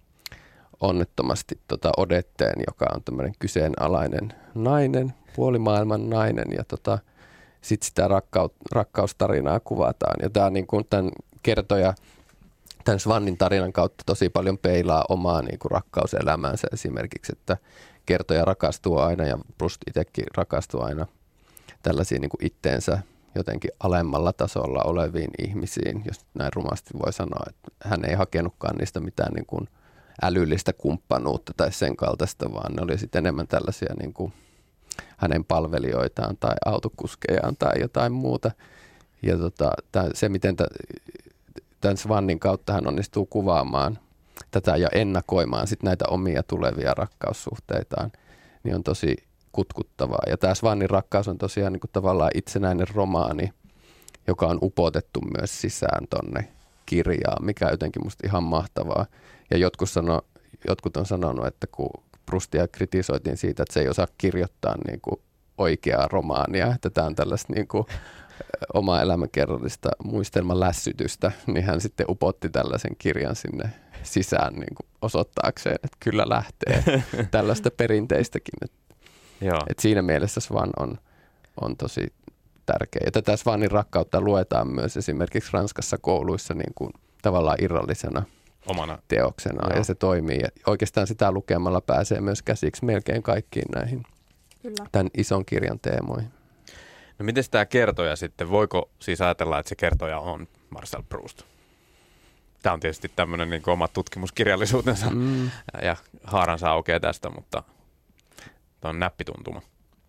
onnettomasti Odetteen, joka on tämmöinen kyseenalainen nainen, puolimaailman nainen. Ja sitten sitä rakkaustarinaa kuvataan. Ja tämä niin kuin tämän kertoja tämän Svannin tarinan kautta tosi paljon peilaa omaa niin kuin rakkauselämäänsä esimerkiksi, että kertoja rakastuu aina ja Proust itsekin rakastuu aina tällaisiin niin kuin itteensä jotenkin alemmalla tasolla oleviin ihmisiin, jos näin rumasti voi sanoa, että hän ei hakenutkaan niistä mitään niin kuin älyllistä kumppanuutta tai sen kaltaista, vaan ne oli sitten enemmän tällaisia niin kuin hänen palvelijoitaan tai autokuskejaan tai jotain muuta. Ja se, miten tämän Svannin kautta hän onnistuu kuvaamaan tätä ja ennakoimaan sit näitä omia tulevia rakkaussuhteitaan, niin on tosi kutkuttavaa. Ja tämä Svannin rakkaus on tosiaan niin kuin tavallaan itsenäinen romaani, joka on upotettu myös sisään tonne kirjaan, mikä on jotenkin musta ihan mahtavaa. Ja jotkut on sanonut, että kun Proustia kritisoitiin siitä, että se ei osaa kirjoittaa niin kuin oikeaa romaania, että tämä on tällaista niin kuin omaa elämänkerrallista muistelmalässytystä, niin hän sitten upotti tällaisen kirjan sinne sisään niin kuin osoittaakseen, että kyllä lähtee tällaista perinteistäkin. Et siinä mielessä Svan on tosi tärkeä. Ja tätä Svanin rakkautta luetaan myös esimerkiksi Ranskassa kouluissa niin kuin tavallaan irrallisena omana teoksena. Joo. Ja se toimii. Ja oikeastaan sitä lukemalla pääsee myös käsiksi melkein kaikkiin näihin tämän ison kirjan teemoihin. No miten tämä kertoja sitten? Voiko siis ajatella, että se kertoja on Marcel Proust? Tämä on tietysti tämmöinen niin kuin oma tutkimuskirjallisuutensa ja haaransa aukeaa tästä, mutta tämä on näppituntuma.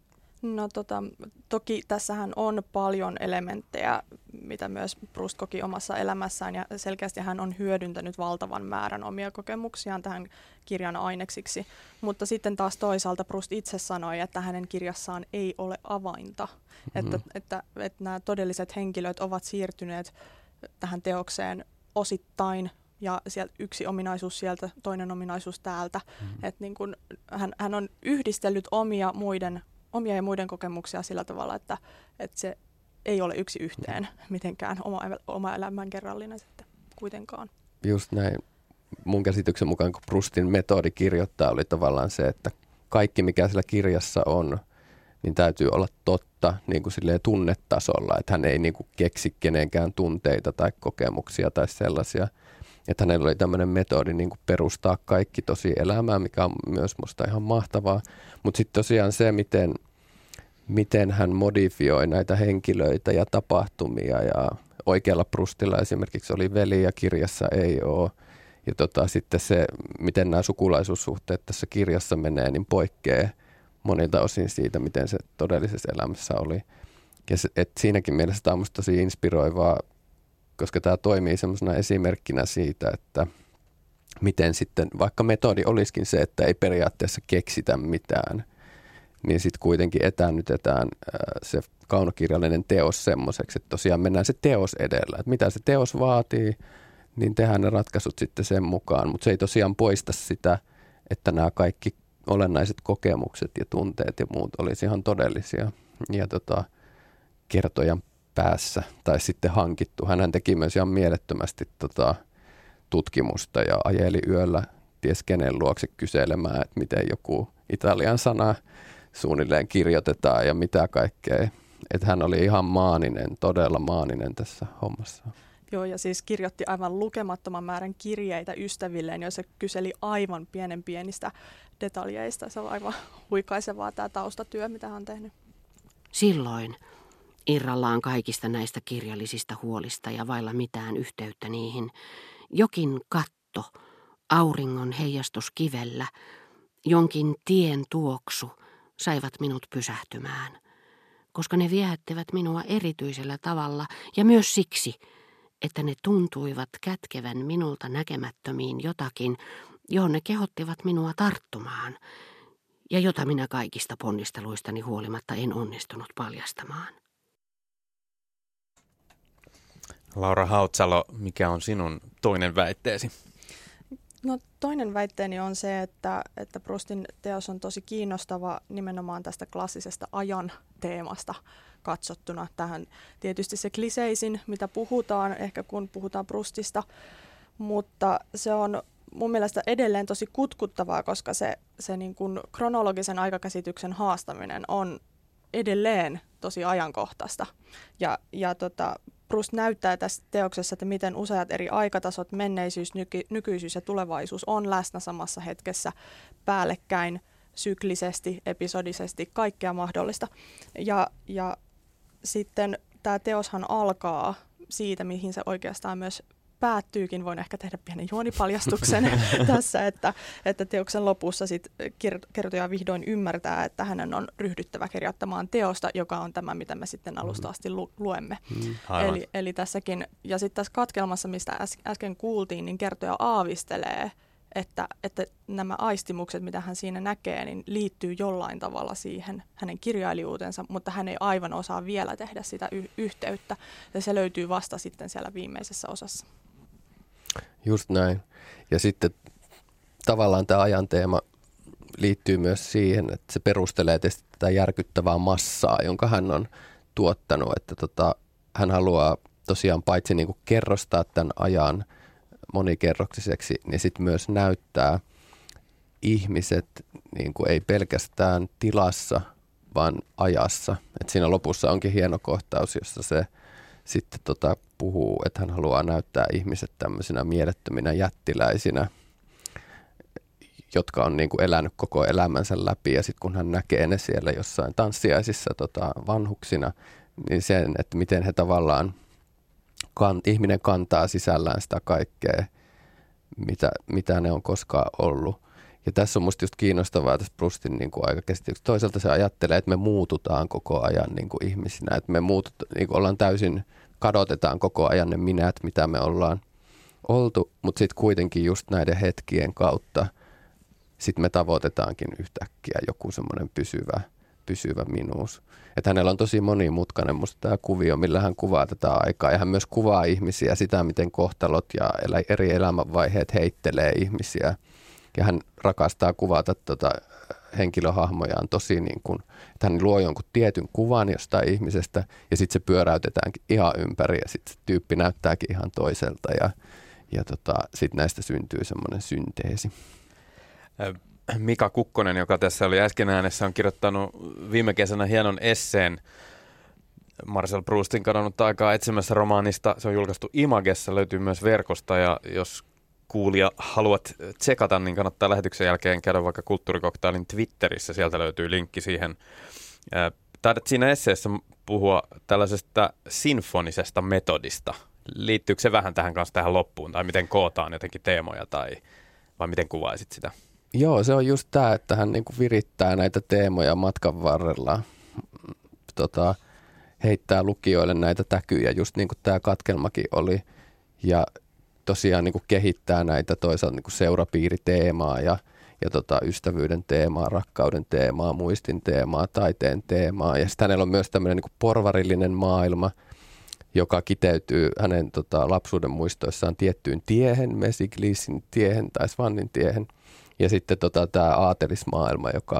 No toki tässähän on paljon elementtejä, mitä myös Proust koki omassa elämässään, ja selkeästi hän on hyödyntänyt valtavan määrän omia kokemuksiaan tähän kirjan aineksiksi. Mutta sitten taas toisaalta Proust itse sanoi, että hänen kirjassaan ei ole avainta, että nämä todelliset henkilöt ovat siirtyneet tähän teokseen osittain, ja yksi ominaisuus sieltä, toinen ominaisuus täältä. Että niin kun hän on yhdistellyt omia ja muiden kokemuksia sillä tavalla, että se ei ole yksi yhteen mitenkään oma elämänkerrallinen sitten kuitenkaan. Just näin. Mun käsityksen mukaan, kun Proustin metodi kirjoittaa, oli tavallaan se, että kaikki mikä siellä kirjassa on, niin täytyy olla totta niin kuin silleen tunnetasolla, että hän ei niin kuin keksi kenenkään tunteita tai kokemuksia tai sellaisia. Että hänellä oli tämmöinen metodi niin kuin perustaa kaikki tosi elämään, mikä on myös musta ihan mahtavaa. Mutta sitten tosiaan se, miten hän modifioi näitä henkilöitä ja tapahtumia. Ja oikealla Proustilla esimerkiksi oli veli ja kirjassa ei ole. Ja sitten se, miten nämä sukulaisuussuhteet tässä kirjassa menee, niin poikkeaa monilta osin siitä, miten se todellisessa elämässä oli. Ja siinäkin mielessä tämä on musta tosi inspiroivaa, koska tämä toimii semmoisena esimerkkinä siitä, että miten sitten, vaikka metodi olisikin se, että ei periaatteessa keksitä mitään, niin sitten kuitenkin etäännytetään se kaunokirjallinen teos semmoiseksi, että tosiaan mennään se teos edellä. Että mitä se teos vaatii, niin tehdään ne ratkaisut sitten sen mukaan, mutta se ei tosiaan poista sitä, että nämä kaikki olennaiset kokemukset ja tunteet ja muut olisi ihan todellisia ja kertojan päässä tai sitten hankittu. Hän teki myös ihan mielettömästi tutkimusta ja ajeli yöllä ties kenen luokse kyselemään, että miten joku italian sana suunnilleen kirjoitetaan ja mitä kaikkea. Että hän oli ihan maaninen, todella maaninen tässä hommassa. Joo, ja siis kirjoitti aivan lukemattoman määrän kirjeitä ystävilleen, joissa kyseli aivan pienistä detaljeista. Se on aivan huikaisevaa tämä taustatyö, mitä hän on tehnyt. Silloin, irrallaan kaikista näistä kirjallisista huolista ja vailla mitään yhteyttä niihin, jokin katto, auringon heijastus kivellä, jonkin tien tuoksu saivat minut pysähtymään, koska ne viehättivät minua erityisellä tavalla ja myös siksi, että ne tuntuivat kätkevän minulta näkemättömiin jotakin, johon ne kehottivat minua tarttumaan, ja jota minä kaikista ponnisteluistani huolimatta en onnistunut paljastamaan. Laura Hautsalo, mikä on sinun toinen väitteesi? No, toinen väitteeni on se, että Proustin teos on tosi kiinnostava nimenomaan tästä klassisesta ajan teemasta katsottuna. Tähän tietysti se kliseisin, mitä puhutaan, ehkä kun puhutaan Proustista, mutta se on mun mielestä edelleen tosi kutkuttavaa, koska se niin kuin kronologisen aikakäsityksen haastaminen on edelleen tosi ajankohtaista. Ja Proust näyttää tässä teoksessa, että miten useat eri aikatasot, menneisyys, nykyisyys ja tulevaisuus on läsnä samassa hetkessä päällekkäin, syklisesti, episodisesti, kaikkea mahdollista. Ja sitten tämä teoshan alkaa siitä, mihin se oikeastaan myös päättyykin. Voin ehkä tehdä pienen juonipaljastuksen tässä, että teoksen lopussa sit kertoja vihdoin ymmärtää, että hänen on ryhdyttävä kirjoittamaan teosta, joka on tämä, mitä me sitten alusta asti luemme. Eli tässäkin, ja sitten tässä katkelmassa, mistä äsken kuultiin, niin kertoja aavistelee, että nämä aistimukset, mitä hän siinä näkee, niin liittyy jollain tavalla siihen hänen kirjailijuutensa, mutta hän ei aivan osaa vielä tehdä sitä yhteyttä, ja se löytyy vasta sitten siellä viimeisessä osassa. Just näin. Ja sitten tavallaan tämä ajan teema liittyy myös siihen, että se perustelee tätä järkyttävää massaa, jonka hän on tuottanut, että hän haluaa tosiaan paitsi niin kuin kerrostaa tämän ajan monikerroksiseksi, niin sitten myös näyttää ihmiset niin kuin ei pelkästään tilassa, vaan ajassa. Et siinä lopussa onkin hieno kohtaus, jossa se sitten puhuu, että hän haluaa näyttää ihmiset tämmöisinä mielettöminä jättiläisinä, jotka on niin kuin elänyt koko elämänsä läpi. Ja sitten kun hän näkee ne siellä jossain tanssiaisissa vanhuksina, niin sen, että miten he tavallaan ihminen kantaa sisällään sitä kaikkea, mitä ne on koskaan ollut. Ja tässä on musta just kiinnostavaa tässä Proustin niin kuin aikakäsityksessä. Toisaalta se ajattelee, että me muututaan koko ajan niin kuin ihmisinä, että me niin kuin ollaan täysin, kadotetaan koko ajan ne minät, mitä me ollaan oltu, mutta sitten kuitenkin just näiden hetkien kautta sitten me tavoitetaankin yhtäkkiä joku semmoinen pysyvä minuus. Että hänellä on tosi monimutkainen musta tämä kuvio, millä hän kuvaa tätä aikaa. Ja hän myös kuvaa ihmisiä, sitä miten kohtalot ja eri elämänvaiheet heittelee ihmisiä. Ja hän rakastaa kuvata henkilöhahmojaan tosi niin kuin, että hän luo jonkun tietyn kuvan jostain ihmisestä ja sitten se pyöräytetäänkin ihan ympäri ja sitten se tyyppi näyttääkin ihan toiselta ja sitten näistä syntyy semmoinen synteesi. Mika Kukkonen, joka tässä oli äsken äänessä, on kirjoittanut viime kesänä hienon esseen Marcel Proustin kadonnutta aikaa etsimässä romaanista. Se on julkaistu Imagessa, löytyy myös verkosta ja jos kuulija haluat tsekata, niin kannattaa lähetyksen jälkeen käydä vaikka Kulttuurikoktailin Twitterissä. Sieltä löytyy linkki siihen. Taidat siinä esseessä puhua tällaisesta sinfonisesta metodista. Liittyykö se vähän tähän kanssa tähän loppuun? Tai miten kootaan jotenkin teemoja? Vai miten kuvaisit sitä? Joo, se on just tämä, että hän niinku virittää näitä teemoja matkan varrella. Heittää lukijoille näitä täkyjä, just niin kuin tämä katkelmakin oli. Ja tosiaan niin kuin kehittää näitä toisaalta niin kuin seurapiiriteemaa ja ystävyyden teemaa, rakkauden teemaa, muistin teemaa, taiteen teemaa. Ja sitten hänellä on myös tämmöinen niin kuin porvarillinen maailma, joka kiteytyy hänen lapsuuden muistoissaan tiettyyn tiehen, Mesiglissin tiehen tai Svannin tiehen. Ja sitten tämä aatelismaailma, joka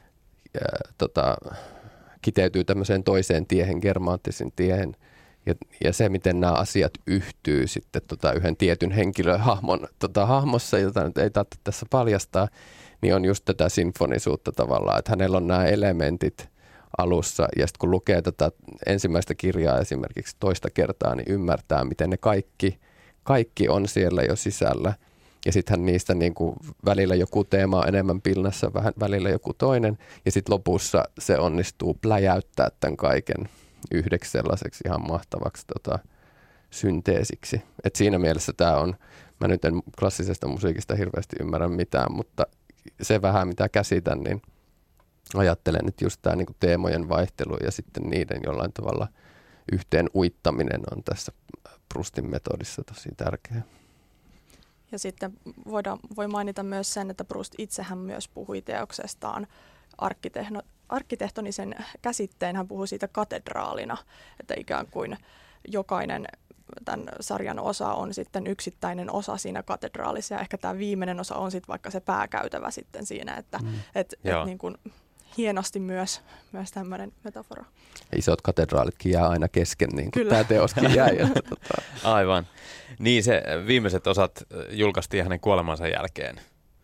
kiteytyy tämmöiseen toiseen tiehen, germaanttisin tiehen. Ja se, miten nämä asiat yhtyy sitten yhden tietyn henkilön hahmossa, jota nyt ei tarvitse tässä paljastaa, niin on just tätä sinfonisuutta tavallaan, että hänellä on nämä elementit alussa, ja sitten kun lukee tätä ensimmäistä kirjaa esimerkiksi toista kertaa, niin ymmärtää, miten ne kaikki on siellä jo sisällä. Ja sittenhän niistä niin kuin välillä joku teema on enemmän pinnassa, vähän välillä joku toinen, ja sitten lopussa se onnistuu pläjäyttää tämän kaiken yhdeksi sellaiseksi ihan mahtavaksi synteesiksi. Et siinä mielessä tämä on, mä nyt en klassisesta musiikista hirveästi ymmärrä mitään, mutta se vähän mitä käsitän, niin ajattelen, että just tämä niinku teemojen vaihtelu ja sitten niiden jollain tavalla yhteen uittaminen on tässä Proustin metodissa tosi tärkeää. Ja sitten voi mainita myös sen, että Proust itsehän myös puhui teoksestaan arkkitehtonisen käsitteen, hän puhui siitä katedraalina, että ikään kuin jokainen tämän sarjan osa on sitten yksittäinen osa siinä katedraalissa, ja ehkä tämä viimeinen osa on sitten vaikka se pääkäytävä sitten siinä, että et niin kuin hienosti myös tämmöinen metafora. Isot katedraalitkin jää aina kesken, niin kuin tämä teoskin jäi. Aivan. Niin se viimeiset osat julkaistiin hänen kuolemansa jälkeen.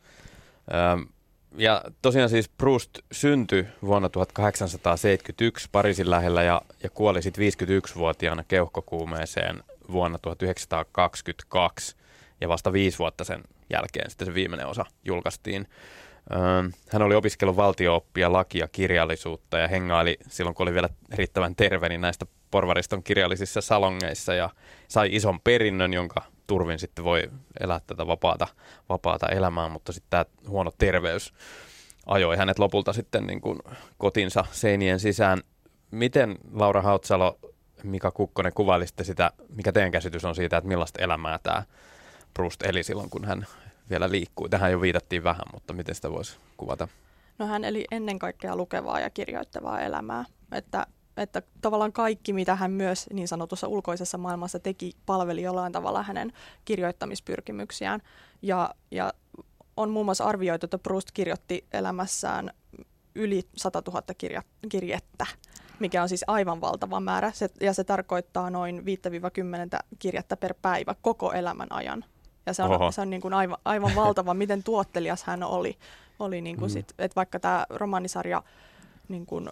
Ja tosiaan siis Proust syntyi vuonna 1871 Pariisin lähellä ja kuoli sitten 51-vuotiaana keuhkokuumeeseen vuonna 1922. Ja vasta 5 vuotta sen jälkeen sitten se viimeinen osa julkaistiin. Hän oli opiskellut valtio-oppia, lakia, kirjallisuutta ja hengaili silloin, kun oli vielä riittävän terve, niin näistä porvariston kirjallisissa salongeissa ja sai ison perinnön, jonka turvin sitten voi elää tätä vapaata elämää, mutta sitten tämä huono terveys ajoi hänet lopulta sitten niin kuin kotinsa seinien sisään. Miten Laura Hautsalo, Mika Kukkonen kuvailisitte sitä, mikä teidän käsitys on siitä, että millaista elämää tämä Proust eli silloin, kun hän vielä liikkuu? Tähän jo viitattiin vähän, mutta miten sitä voisi kuvata? No hän eli ennen kaikkea lukevaa ja kirjoittavaa elämää, että tavallaan kaikki, mitä hän myös niin sanotussa ulkoisessa maailmassa teki, palveli jollain tavalla hänen kirjoittamispyrkimyksiään. Ja on muun muassa arvioitu, että Proust kirjoitti elämässään yli 100 000 kirjettä, mikä on siis aivan valtava määrä. Se tarkoittaa noin 5-10 kirjettä per päivä koko elämän ajan. Ja se on niin kuin aivan valtava, miten tuottelias hän oli niin kuin että vaikka tämä romaanisarja niin kuin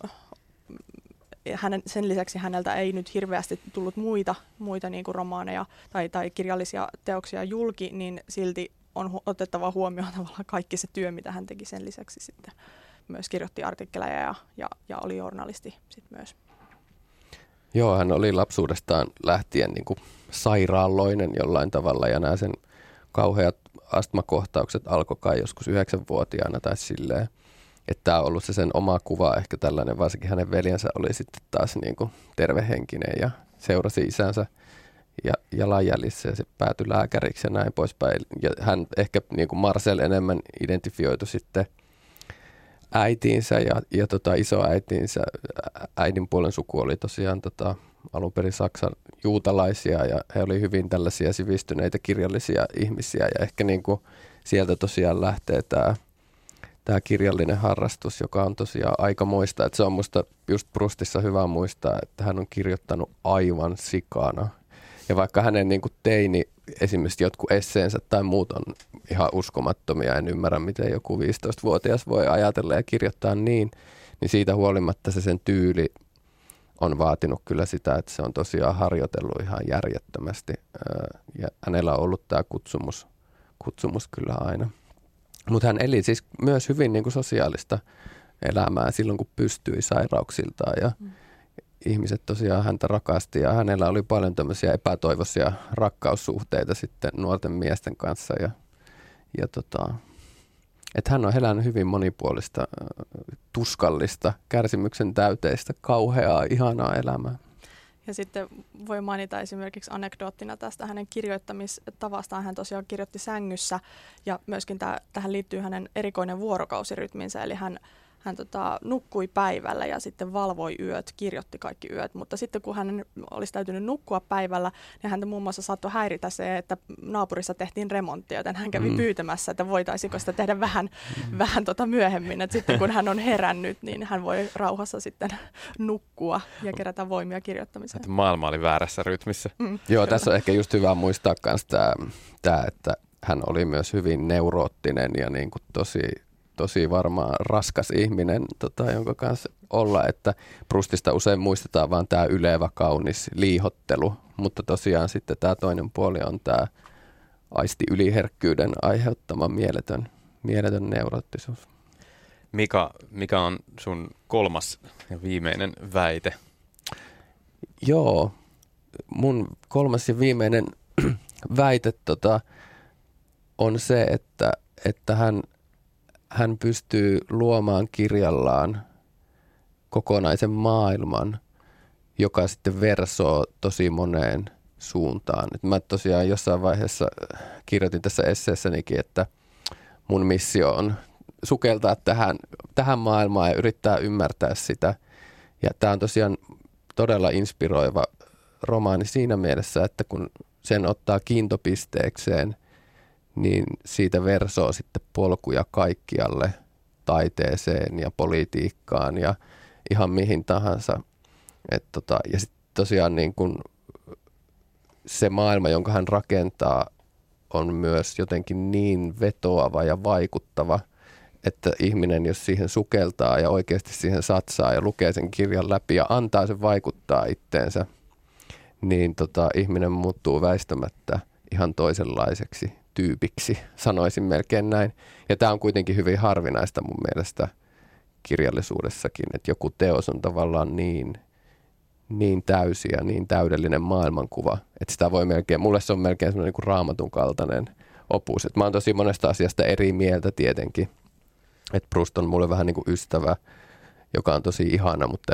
sen lisäksi häneltä ei nyt hirveästi tullut muita niin kuin romaaneja tai kirjallisia teoksia julki, niin silti on otettava huomioon tavallaan kaikki se työ, mitä hän teki sen lisäksi sitten. Myös kirjoitti artikkeleja ja oli journalisti sitten myös. Joo, hän oli lapsuudestaan lähtien niin kuin sairaalloinen jollain tavalla ja nämä sen kauheat astmakohtaukset alkoi kai joskus 9-vuotiaana tai silleen. Että tämä on ollut se sen oma kuva ehkä tällainen, varsinkin hänen veljensä oli sitten taas niin kuin tervehenkinen ja seurasi isänsä jalanjäljissä ja se päätyi lääkäriksi ja näin poispäin. Ja hän ehkä niin kuin Marcel enemmän identifioitu sitten äitiinsä ja isoäitiinsä. Äidin puolen suku oli tosiaan alun perin Saksan juutalaisia ja he oli hyvin tällaisia sivistyneitä kirjallisia ihmisiä ja ehkä niin kuin sieltä tosiaan lähtee tämä kirjallinen harrastus, joka on tosiaan aikamoista. Että se on musta just Proustissa hyvä muistaa, että hän on kirjoittanut aivan sikana. Ja vaikka hänen niin kuin teini, esimerkiksi jotkut esseensä tai muut on ihan uskomattomia, en ymmärrä miten joku 15-vuotias voi ajatella ja kirjoittaa niin siitä huolimatta se sen tyyli on vaatinut kyllä sitä, että se on tosiaan harjoitellut ihan järjettömästi. Ja hänellä on ollut tämä kutsumus kyllä aina. Mutta hän eli siis myös hyvin niin kuin sosiaalista elämää silloin, kun pystyi sairauksiltaan ja ihmiset tosiaan häntä rakasti ja hänellä oli paljon tämmöisiä epätoivoisia rakkaussuhteita sitten nuorten miesten kanssa että hän on elänyt hyvin monipuolista, tuskallista, kärsimyksen täyteistä, kauheaa, ihanaa elämää. Ja sitten voi mainita esimerkiksi anekdoottina tästä hänen kirjoittamistavastaan. Hän tosiaan kirjoitti sängyssä ja myöskin tähän liittyy hänen erikoinen vuorokausirytminsä. Eli hän nukkui päivällä ja sitten valvoi yöt, kirjoitti kaikki yöt, mutta sitten kun hän olisi täytynyt nukkua päivällä, niin häntä muun muassa saattoi häiritä se, että naapurissa tehtiin remonttia, joten hän kävi pyytämässä, että voitaisiinko sitä tehdä vähän myöhemmin, että sitten kun hän on herännyt, niin hän voi rauhassa sitten nukkua ja kerätä voimia kirjoittamiseen. Että maailma oli väärässä rytmissä. Joo, tässä on ehkä just hyvä muistaa myös tämä, että hän oli myös hyvin neuroottinen ja niin kuin tosi varmaan raskas ihminen, jonka kanssa olla, että Proustista usein muistetaan vaan tämä ylevä, kaunis liihottelu, mutta tosiaan sitten tämä toinen puoli on tämä aistiyliherkkyyden aiheuttama mieletön neuroottisuus. Mikä on sun kolmas ja viimeinen väite? Joo, mun kolmas ja viimeinen väite on se, että hän pystyy luomaan kirjallaan kokonaisen maailman, joka sitten versoo tosi moneen suuntaan. Et mä tosiaan jossain vaiheessa kirjoitin tässä esseessänikin, että mun missio on sukeltaa tähän maailmaan ja yrittää ymmärtää sitä. Ja tämä on tosiaan todella inspiroiva romaani siinä mielessä, että kun sen ottaa kiintopisteekseen, niin siitä versoo sitten polkuja kaikkialle taiteeseen ja politiikkaan ja ihan mihin tahansa. Ja sitten tosiaan niin kun se maailma, jonka hän rakentaa, on myös jotenkin niin vetoava ja vaikuttava, että ihminen, jos siihen sukeltaa ja oikeasti siihen satsaa ja lukee sen kirjan läpi ja antaa sen vaikuttaa itteensä, niin ihminen muuttuu väistämättä ihan toisenlaiseksi tyypiksi, sanoisin melkein näin. Ja tämä on kuitenkin hyvin harvinaista mun mielestä kirjallisuudessakin, että joku teos on tavallaan niin täysi ja niin täydellinen maailmankuva, että sitä voi melkein, mulle se on melkein semmoinen niin kuin Raamatun kaltainen opus. Että mä oon tosi monesta asiasta eri mieltä tietenkin, että Proust on mulle vähän niin kuin ystävä, joka on tosi ihana, mutta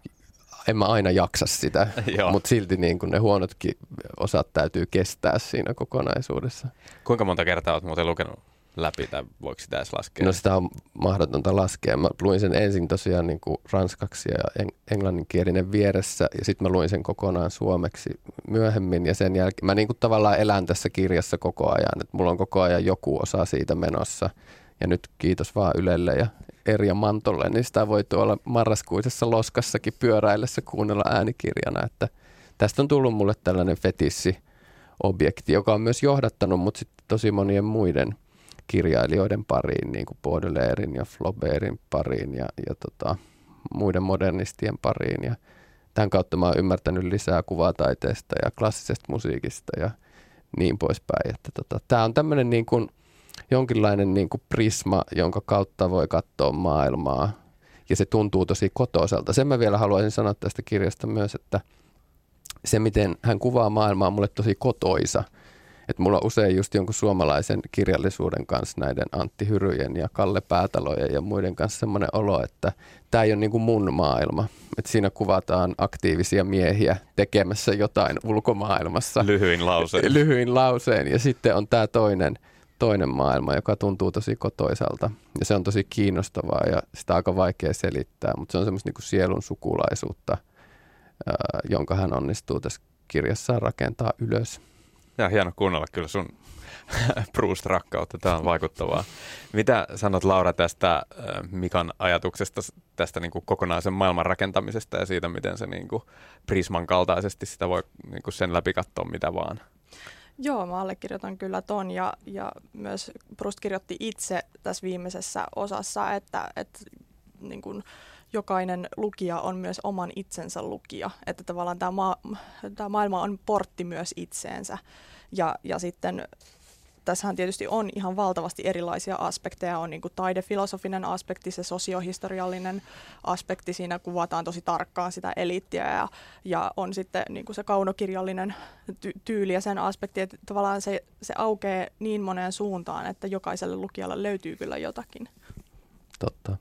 en mä aina jaksa sitä, mutta silti niin kuin ne huonotkin osat täytyy kestää siinä kokonaisuudessa. Kuinka monta kertaa olet muuten lukenut läpi, tai voiko sitä edes laskea? No sitä on mahdotonta laskea. Mä luin sen ensin tosiaan niin kuin ranskaksi ja englanninkielinen vieressä, ja sitten mä luin sen kokonaan suomeksi myöhemmin, ja sen jälkeen mä niin kuin tavallaan elän tässä kirjassa koko ajan, että mulla on koko ajan joku osa siitä menossa, ja nyt kiitos vaan Ylelle ja Erja Mantolle, niin sitä voi tuolla marraskuisessa loskassakin pyöräillessä kuunnella äänikirjana, että tästä on tullut mulle tällainen fetissi-objekti, joka on myös johdattanut mut sitten tosi monien muiden kirjailijoiden pariin, niin kuin Baudelairen ja Flaubertin pariin ja muiden modernistien pariin. Ja tämän kautta mä oon ymmärtänyt lisää kuvataiteesta ja klassisesta musiikista ja niin poispäin. Tämä on tämmöinen niin kuin jonkinlainen niin kuin prisma, jonka kautta voi katsoa maailmaa, ja se tuntuu tosi kotoiselta. Sen mä vielä haluaisin sanoa tästä kirjasta myös, että se, miten hän kuvaa maailmaa, on mulle tosi kotoisa. Että mulla on usein just jonkun suomalaisen kirjallisuuden kanssa, näiden Antti Hyryjen ja Kalle Päätalojen ja muiden kanssa semmoinen olo, että tämä ei ole niin kuin mun maailma. Että siinä kuvataan aktiivisia miehiä tekemässä jotain ulkomaailmassa. Lyhyin lauseen. Ja sitten on tämä toinen maailma, joka tuntuu tosi kotoisalta. Ja se on tosi kiinnostavaa ja sitä on aika vaikea selittää, mutta se on semmoista niin kuin sielun sukulaisuutta, jonka hän onnistuu tässä kirjassaan rakentaa ylös. Ja hieno kuunnella kyllä sun Proust-rakkautta. Tämä on vaikuttavaa. Mitä sanot, Laura, tästä Mikan ajatuksesta tästä niin kuin kokonaisen maailman rakentamisesta ja siitä, miten se niin kuin prisman kaltaisesti sitä voi niin kuin sen läpi katsoa mitä vaan? Joo, mä allekirjoitan kyllä ton ja myös Proust kirjoitti itse tässä viimeisessä osassa, että niin kuin jokainen lukija on myös oman itsensä lukija, että tavallaan tämä maailma on portti myös itseensä ja sitten tässähän tietysti on ihan valtavasti erilaisia aspekteja, on niin kuin taidefilosofinen aspekti, se sosiohistoriallinen aspekti, siinä kuvataan tosi tarkkaan sitä eliittiä ja on sitten niin kuin se kaunokirjallinen tyyli ja sen aspekti, että tavallaan se aukeaa niin moneen suuntaan, että jokaiselle lukijalle löytyy kyllä jotakin. Totta.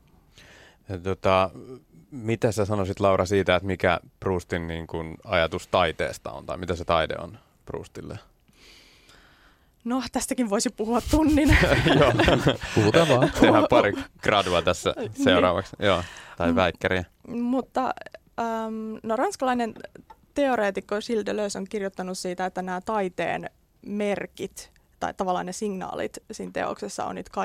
Ja mitä sä sanoisit, Laura, siitä, että mikä Proustin niin kuin ajatus taiteesta on, tai mitä se taide on Proustille? No, tästäkin voisi puhua tunnin. Joo. Puhutaan vaan. Tehdään pari gradua tässä seuraavaksi. Joo. Tai väikkäriä. Mutta no, ranskalainen teoreetikko Gilles Deleuze on kirjoittanut siitä, että nämä taiteen merkit tai tavallaan ne signaalit siinä teoksessa on niitä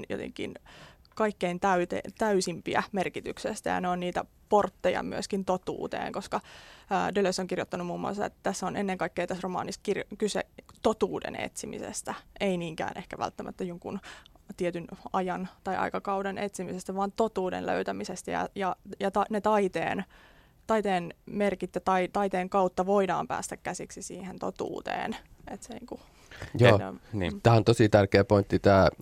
kaikkein täysimpiä merkityksestä, ja ne on niitä portteja myöskin totuuteen, koska Deleuze on kirjoittanut muun muassa, että tässä on ennen kaikkea tässä romaanissa kyse totuuden etsimisestä, ei niinkään ehkä välttämättä jonkun tietyn ajan tai aikakauden etsimisestä, vaan totuuden löytämisestä, ja ne taiteen merkit ja taiteen kautta voidaan päästä käsiksi siihen totuuteen. Että se niinku, Joo, niin. Tämä on tosi tärkeä pointti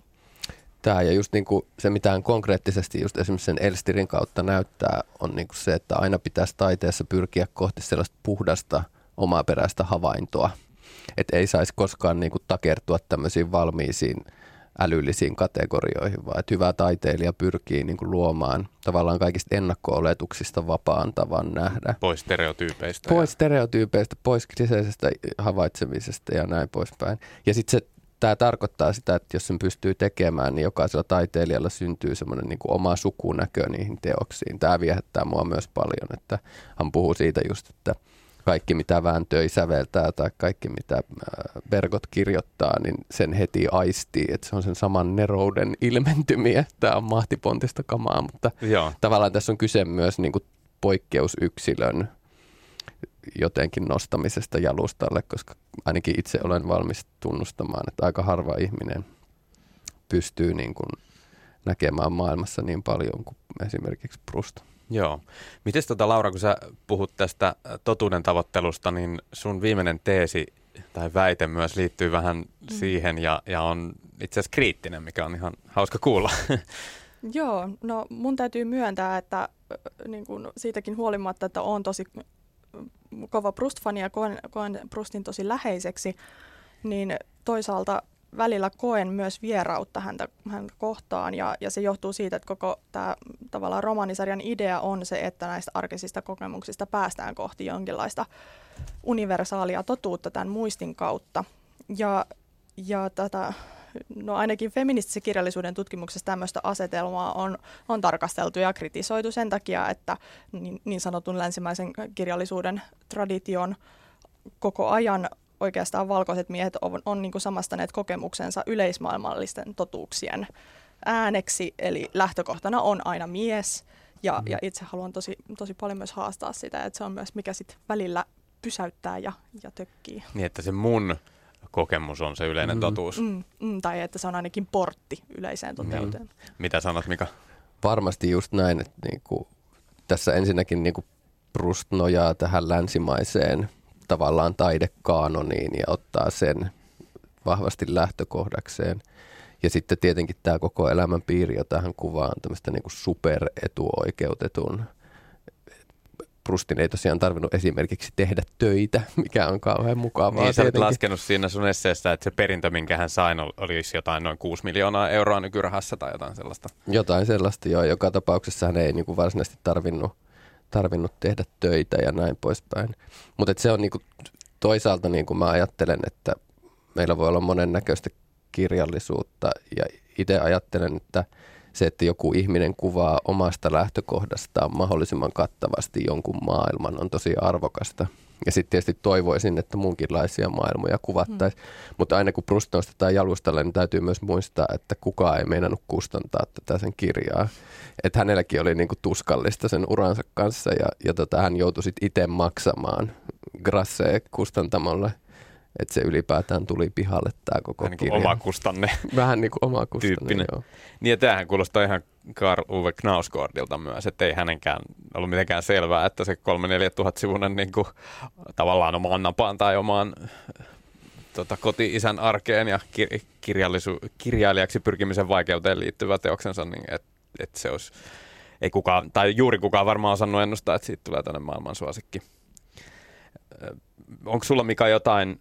tämä ja just niinku se, mitä hän konkreettisesti just esimerkiksi sen Elstirin kautta näyttää, on niinku se, että aina pitäisi taiteessa pyrkiä kohti sellaista puhdasta omaperäistä havaintoa. Että ei saisi koskaan niinku takertua tämmöisiin valmiisiin älyllisiin kategorioihin, vaan että hyvä taiteilija pyrkii niinku luomaan tavallaan kaikista ennakko-oletuksista vapaan tavan nähdä. Pois stereotyypeistä. Pois siseisestä havaitsemisesta ja näin poispäin. Ja sitten tämä tarkoittaa sitä, että jos sen pystyy tekemään, niin jokaisella taiteilijalla syntyy semmoinen niin kuin oma sukunäkö niihin teoksiin. Tämä viehättää mua myös paljon, että hän puhuu siitä just, että kaikki mitä Vääntöi säveltää tai kaikki mitä Bergot kirjoittaa, niin sen heti aistii, että se on sen saman nerouden ilmentymiä. Tämä on mahtipontista kamaa, mutta tavallaan tässä on kyse myös niin kuin poikkeusyksilön jotenkin nostamisesta jalustalle, koska ainakin itse olen valmis tunnustamaan, että aika harva ihminen pystyy niin kuin näkemään maailmassa niin paljon kuin esimerkiksi Proust. Joo. Mites Laura, kun sä puhut tästä totuuden tavoittelusta, niin sun viimeinen teesi tai väite myös liittyy vähän siihen ja on itse asiassa kriittinen, mikä on ihan hauska kuulla. Joo, no mun täytyy myöntää, että niin kuin siitäkin huolimatta, että olen tosi kova Proust-fani ja koen Proustin tosi läheiseksi, niin toisaalta välillä koen myös vierautta häntä kohtaan, ja se johtuu siitä, että koko tämä tavallaan romaanisarjan idea on se, että näistä arkisista kokemuksista päästään kohti jonkinlaista universaalia totuutta tämän muistin kautta. Ja no ainakin feministisen kirjallisuuden tutkimuksessa tämmöistä asetelmaa on tarkasteltu ja kritisoitu sen takia, että niin sanotun länsimaisen kirjallisuuden tradition koko ajan oikeastaan valkoiset miehet on niin kuin samastaneet kokemuksensa yleismaailmallisten totuuksien ääneksi, eli lähtökohtana on aina mies, ja itse haluan tosi paljon myös haastaa sitä, että se on myös mikä sitten välillä pysäyttää ja tökkii. Niin, että se mun kokemus on se yleinen totuus. Tai että se on ainakin portti yleiseen toteuteen. Mitä sanot, Mika? Varmasti just näin, että niinku, tässä ensinnäkin niinku Proust nojaa tähän länsimaiseen tavallaan taidekaanoniin ja ottaa sen vahvasti lähtökohdakseen. Ja sitten tietenkin tämä koko elämänpiiri, jota hän kuvaa, on tämmöistä niinku superetuoikeutetun. Proustin ei tosiaan tarvinnut esimerkiksi tehdä töitä, mikä on kauhean mukavaa. Niin, sä olet laskenut siinä sun esseessä, että se perintö, minkä hän sai, olisi jotain noin 6 miljoonaa euroa nykyrahassa tai jotain sellaista. Jotain sellaista, joo. Joka tapauksessa hän ei niinku varsinaisesti tarvinnut tehdä töitä ja näin poispäin. Mutta se on niinku, toisaalta niinku mä ajattelen, että meillä voi olla monennäköistä kirjallisuutta ja itse ajattelen, että se, että joku ihminen kuvaa omasta lähtökohdastaan mahdollisimman kattavasti jonkun maailman, on tosi arvokasta. Ja sitten tietysti toivoisin, että muunkinlaisia maailmoja kuvattaisiin. Mutta aina kun Proust nostetaan jalustalle, niin täytyy myös muistaa, että kukaan ei meinannut kustantaa tätä sen kirjaa. Että hänelläkin oli niinku tuskallista sen uransa kanssa ja hän joutui sitten itse maksamaan Grasset kustantamolle. Että se ylipäätään tuli pihalle tämä koko niin kirja. Omakustanne. Vähän niin kuin omakustanne, joo. Niin ja tämähän kuulostaa ihan Karl Uwe Knausgårdilta myös, että ei hänenkään ollut mitenkään selvää, että se 3-4 tuhat sivuinen niin kuin, tavallaan omaan napaan tai omaan koti-isän arkeen ja kirjailijaksi pyrkimisen vaikeuteen liittyvä teoksensa, niin että se olisi, ei kukaan, tai juuri kukaan varmaan osannut ennustaa, että siitä tulee tänne maailman suosikki. Onko sulla, Mika, jotain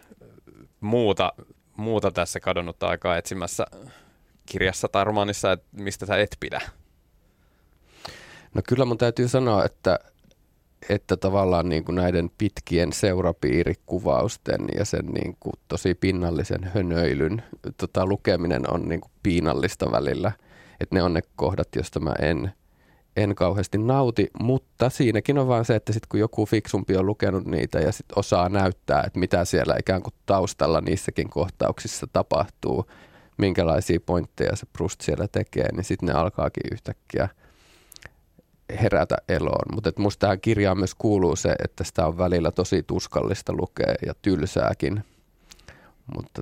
muuta tässä kadonnutta aikaa etsimässä kirjassa tai romaanissa, että mistä sä et pidä? No kyllä mun täytyy sanoa, että että tavallaan niin kuin näiden pitkien seurapiirikuvausten ja sen niin kuin tosi pinnallisen hönöilyn lukeminen on niin kuin piinallista välillä. Että ne on ne kohdat, joista mä en kauheasti nauti, mutta siinäkin on vaan se, että sit kun joku fiksumpi on lukenut niitä ja sit osaa näyttää, että mitä siellä ikään kuin taustalla niissäkin kohtauksissa tapahtuu, minkälaisia pointteja se Proust siellä tekee, niin sitten ne alkaakin yhtäkkiä herätä eloon. Mutta musta tähän kirjaan myös kuuluu se, että sitä on välillä tosi tuskallista lukea ja tylsääkin. Mutta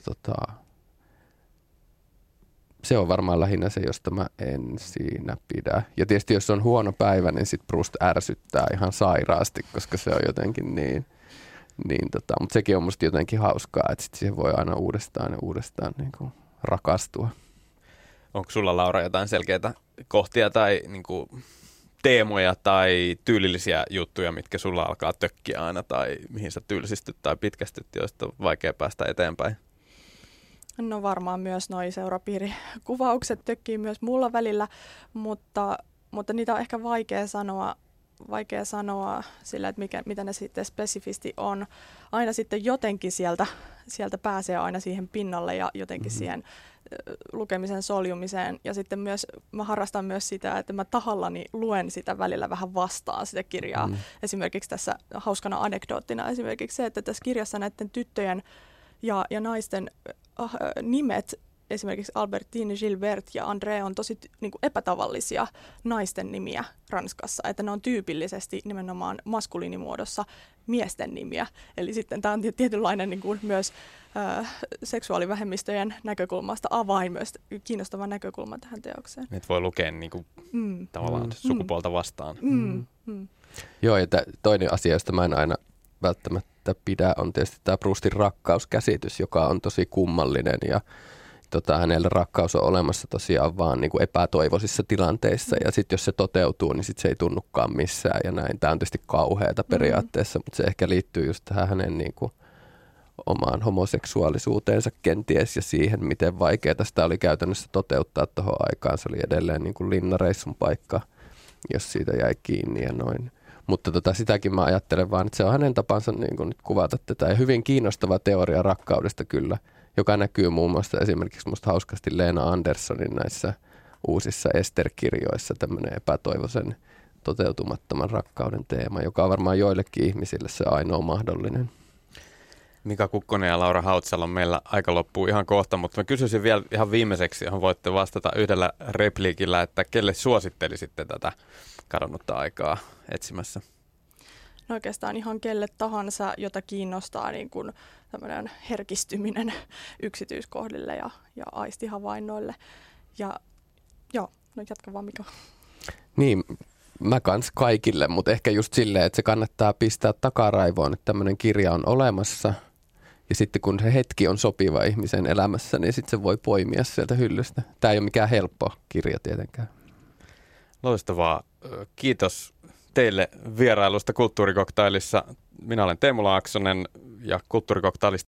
se on varmaan lähinnä se, josta mä en siinä pidä. Ja tietysti jos on huono päivä, niin sit Proust ärsyttää ihan sairaasti, koska se on jotenkin niin mutta sekin on musta jotenkin hauskaa, että sit siihen voi aina uudestaan ja uudestaan niin kuin rakastua. Onko sulla, Laura, jotain selkeitä kohtia tai niin kuin teemoja tai tyylillisiä juttuja, mitkä sulla alkaa tökkiä aina tai mihin sä tylsistyt tai pitkästyt, joista on vaikea päästä eteenpäin? No varmaan myös noi seurapiirikuvaukset tökkii myös mulla välillä, mutta niitä on ehkä vaikea sanoa sillä, että mitä ne sitten spesifisti on. Aina sitten jotenkin sieltä pääsee aina siihen pinnalle ja jotenkin siihen lukemisen soljumiseen. Ja sitten myös mä harrastan myös sitä, että mä tahallani luen sitä välillä vähän vastaan sitä kirjaa. Esimerkiksi tässä hauskana anekdoottina esimerkiksi se, että tässä kirjassa näiden tyttöjen ja naisten nimet, esimerkiksi Albertine, Gilbert ja André on tosi niin kuin epätavallisia naisten nimiä Ranskassa, että ne on tyypillisesti nimenomaan maskuliinimuodossa miesten nimiä. Eli sitten tämä on tietynlainen niin kuin myös seksuaalivähemmistöjen näkökulmasta avain, myös kiinnostava näkökulma tähän teokseen. Että voi lukea niin kuin, tavallaan sukupuolta vastaan. Joo, ja toinen asia, josta mä en aina välttämättä pidä, on tietysti tämä Proustin rakkauskäsitys, joka on tosi kummallinen ja hänellä rakkaus on olemassa tosiaan vaan niin kuin epätoivoisissa tilanteissa ja sitten jos se toteutuu, niin sitten se ei tunnukaan missään ja näin. Tämä on tietysti kauheata periaatteessa, mutta se ehkä liittyy just tähän hänen niin kuin omaan homoseksuaalisuuteensa kenties ja siihen, miten vaikeaa sitä oli käytännössä toteuttaa tuohon aikaan. Se oli edelleen niin kuin linnareissun paikka, jos siitä jäi kiinni ja noin. Mutta sitäkin mä ajattelen vaan, että se on hänen tapansa niin kuin nyt kuvata tätä ja hyvin kiinnostava teoria rakkaudesta kyllä, joka näkyy muun muassa esimerkiksi musta hauskasti Lena Anderssonin näissä uusissa Ester-kirjoissa, tämmöinen epätoivoisen toteutumattoman rakkauden teema, joka on varmaan joillekin ihmisille se ainoa mahdollinen. Mika Kukkonen ja Laura Hautsalo, meillä aika loppuu ihan kohta, mutta mä kysyisin vielä ihan viimeiseksi, johon voitte vastata yhdellä repliikillä, että kelle suosittelisitte tätä kadonnutta aikaa etsimässä? No oikeastaan ihan kelle tahansa, jota kiinnostaa niin kuin tämmöinen herkistyminen yksityiskohdille ja aistihavainnoille. Ja joo, no jatka vaan Mika. Niin, mä kans kaikille, mutta ehkä just silleen, että se kannattaa pistää takaraivoon, että tämmöinen kirja on olemassa. Ja sitten kun se hetki on sopiva ihmisen elämässä, niin sitten se voi poimia sieltä hyllystä. Tämä ei ole mikään helppo kirja tietenkään. Loistavaa. Kiitos teille vierailusta Kulttuurikoktailissa. Minä olen Teemu Laaksonen ja Kulttuurikoktailissa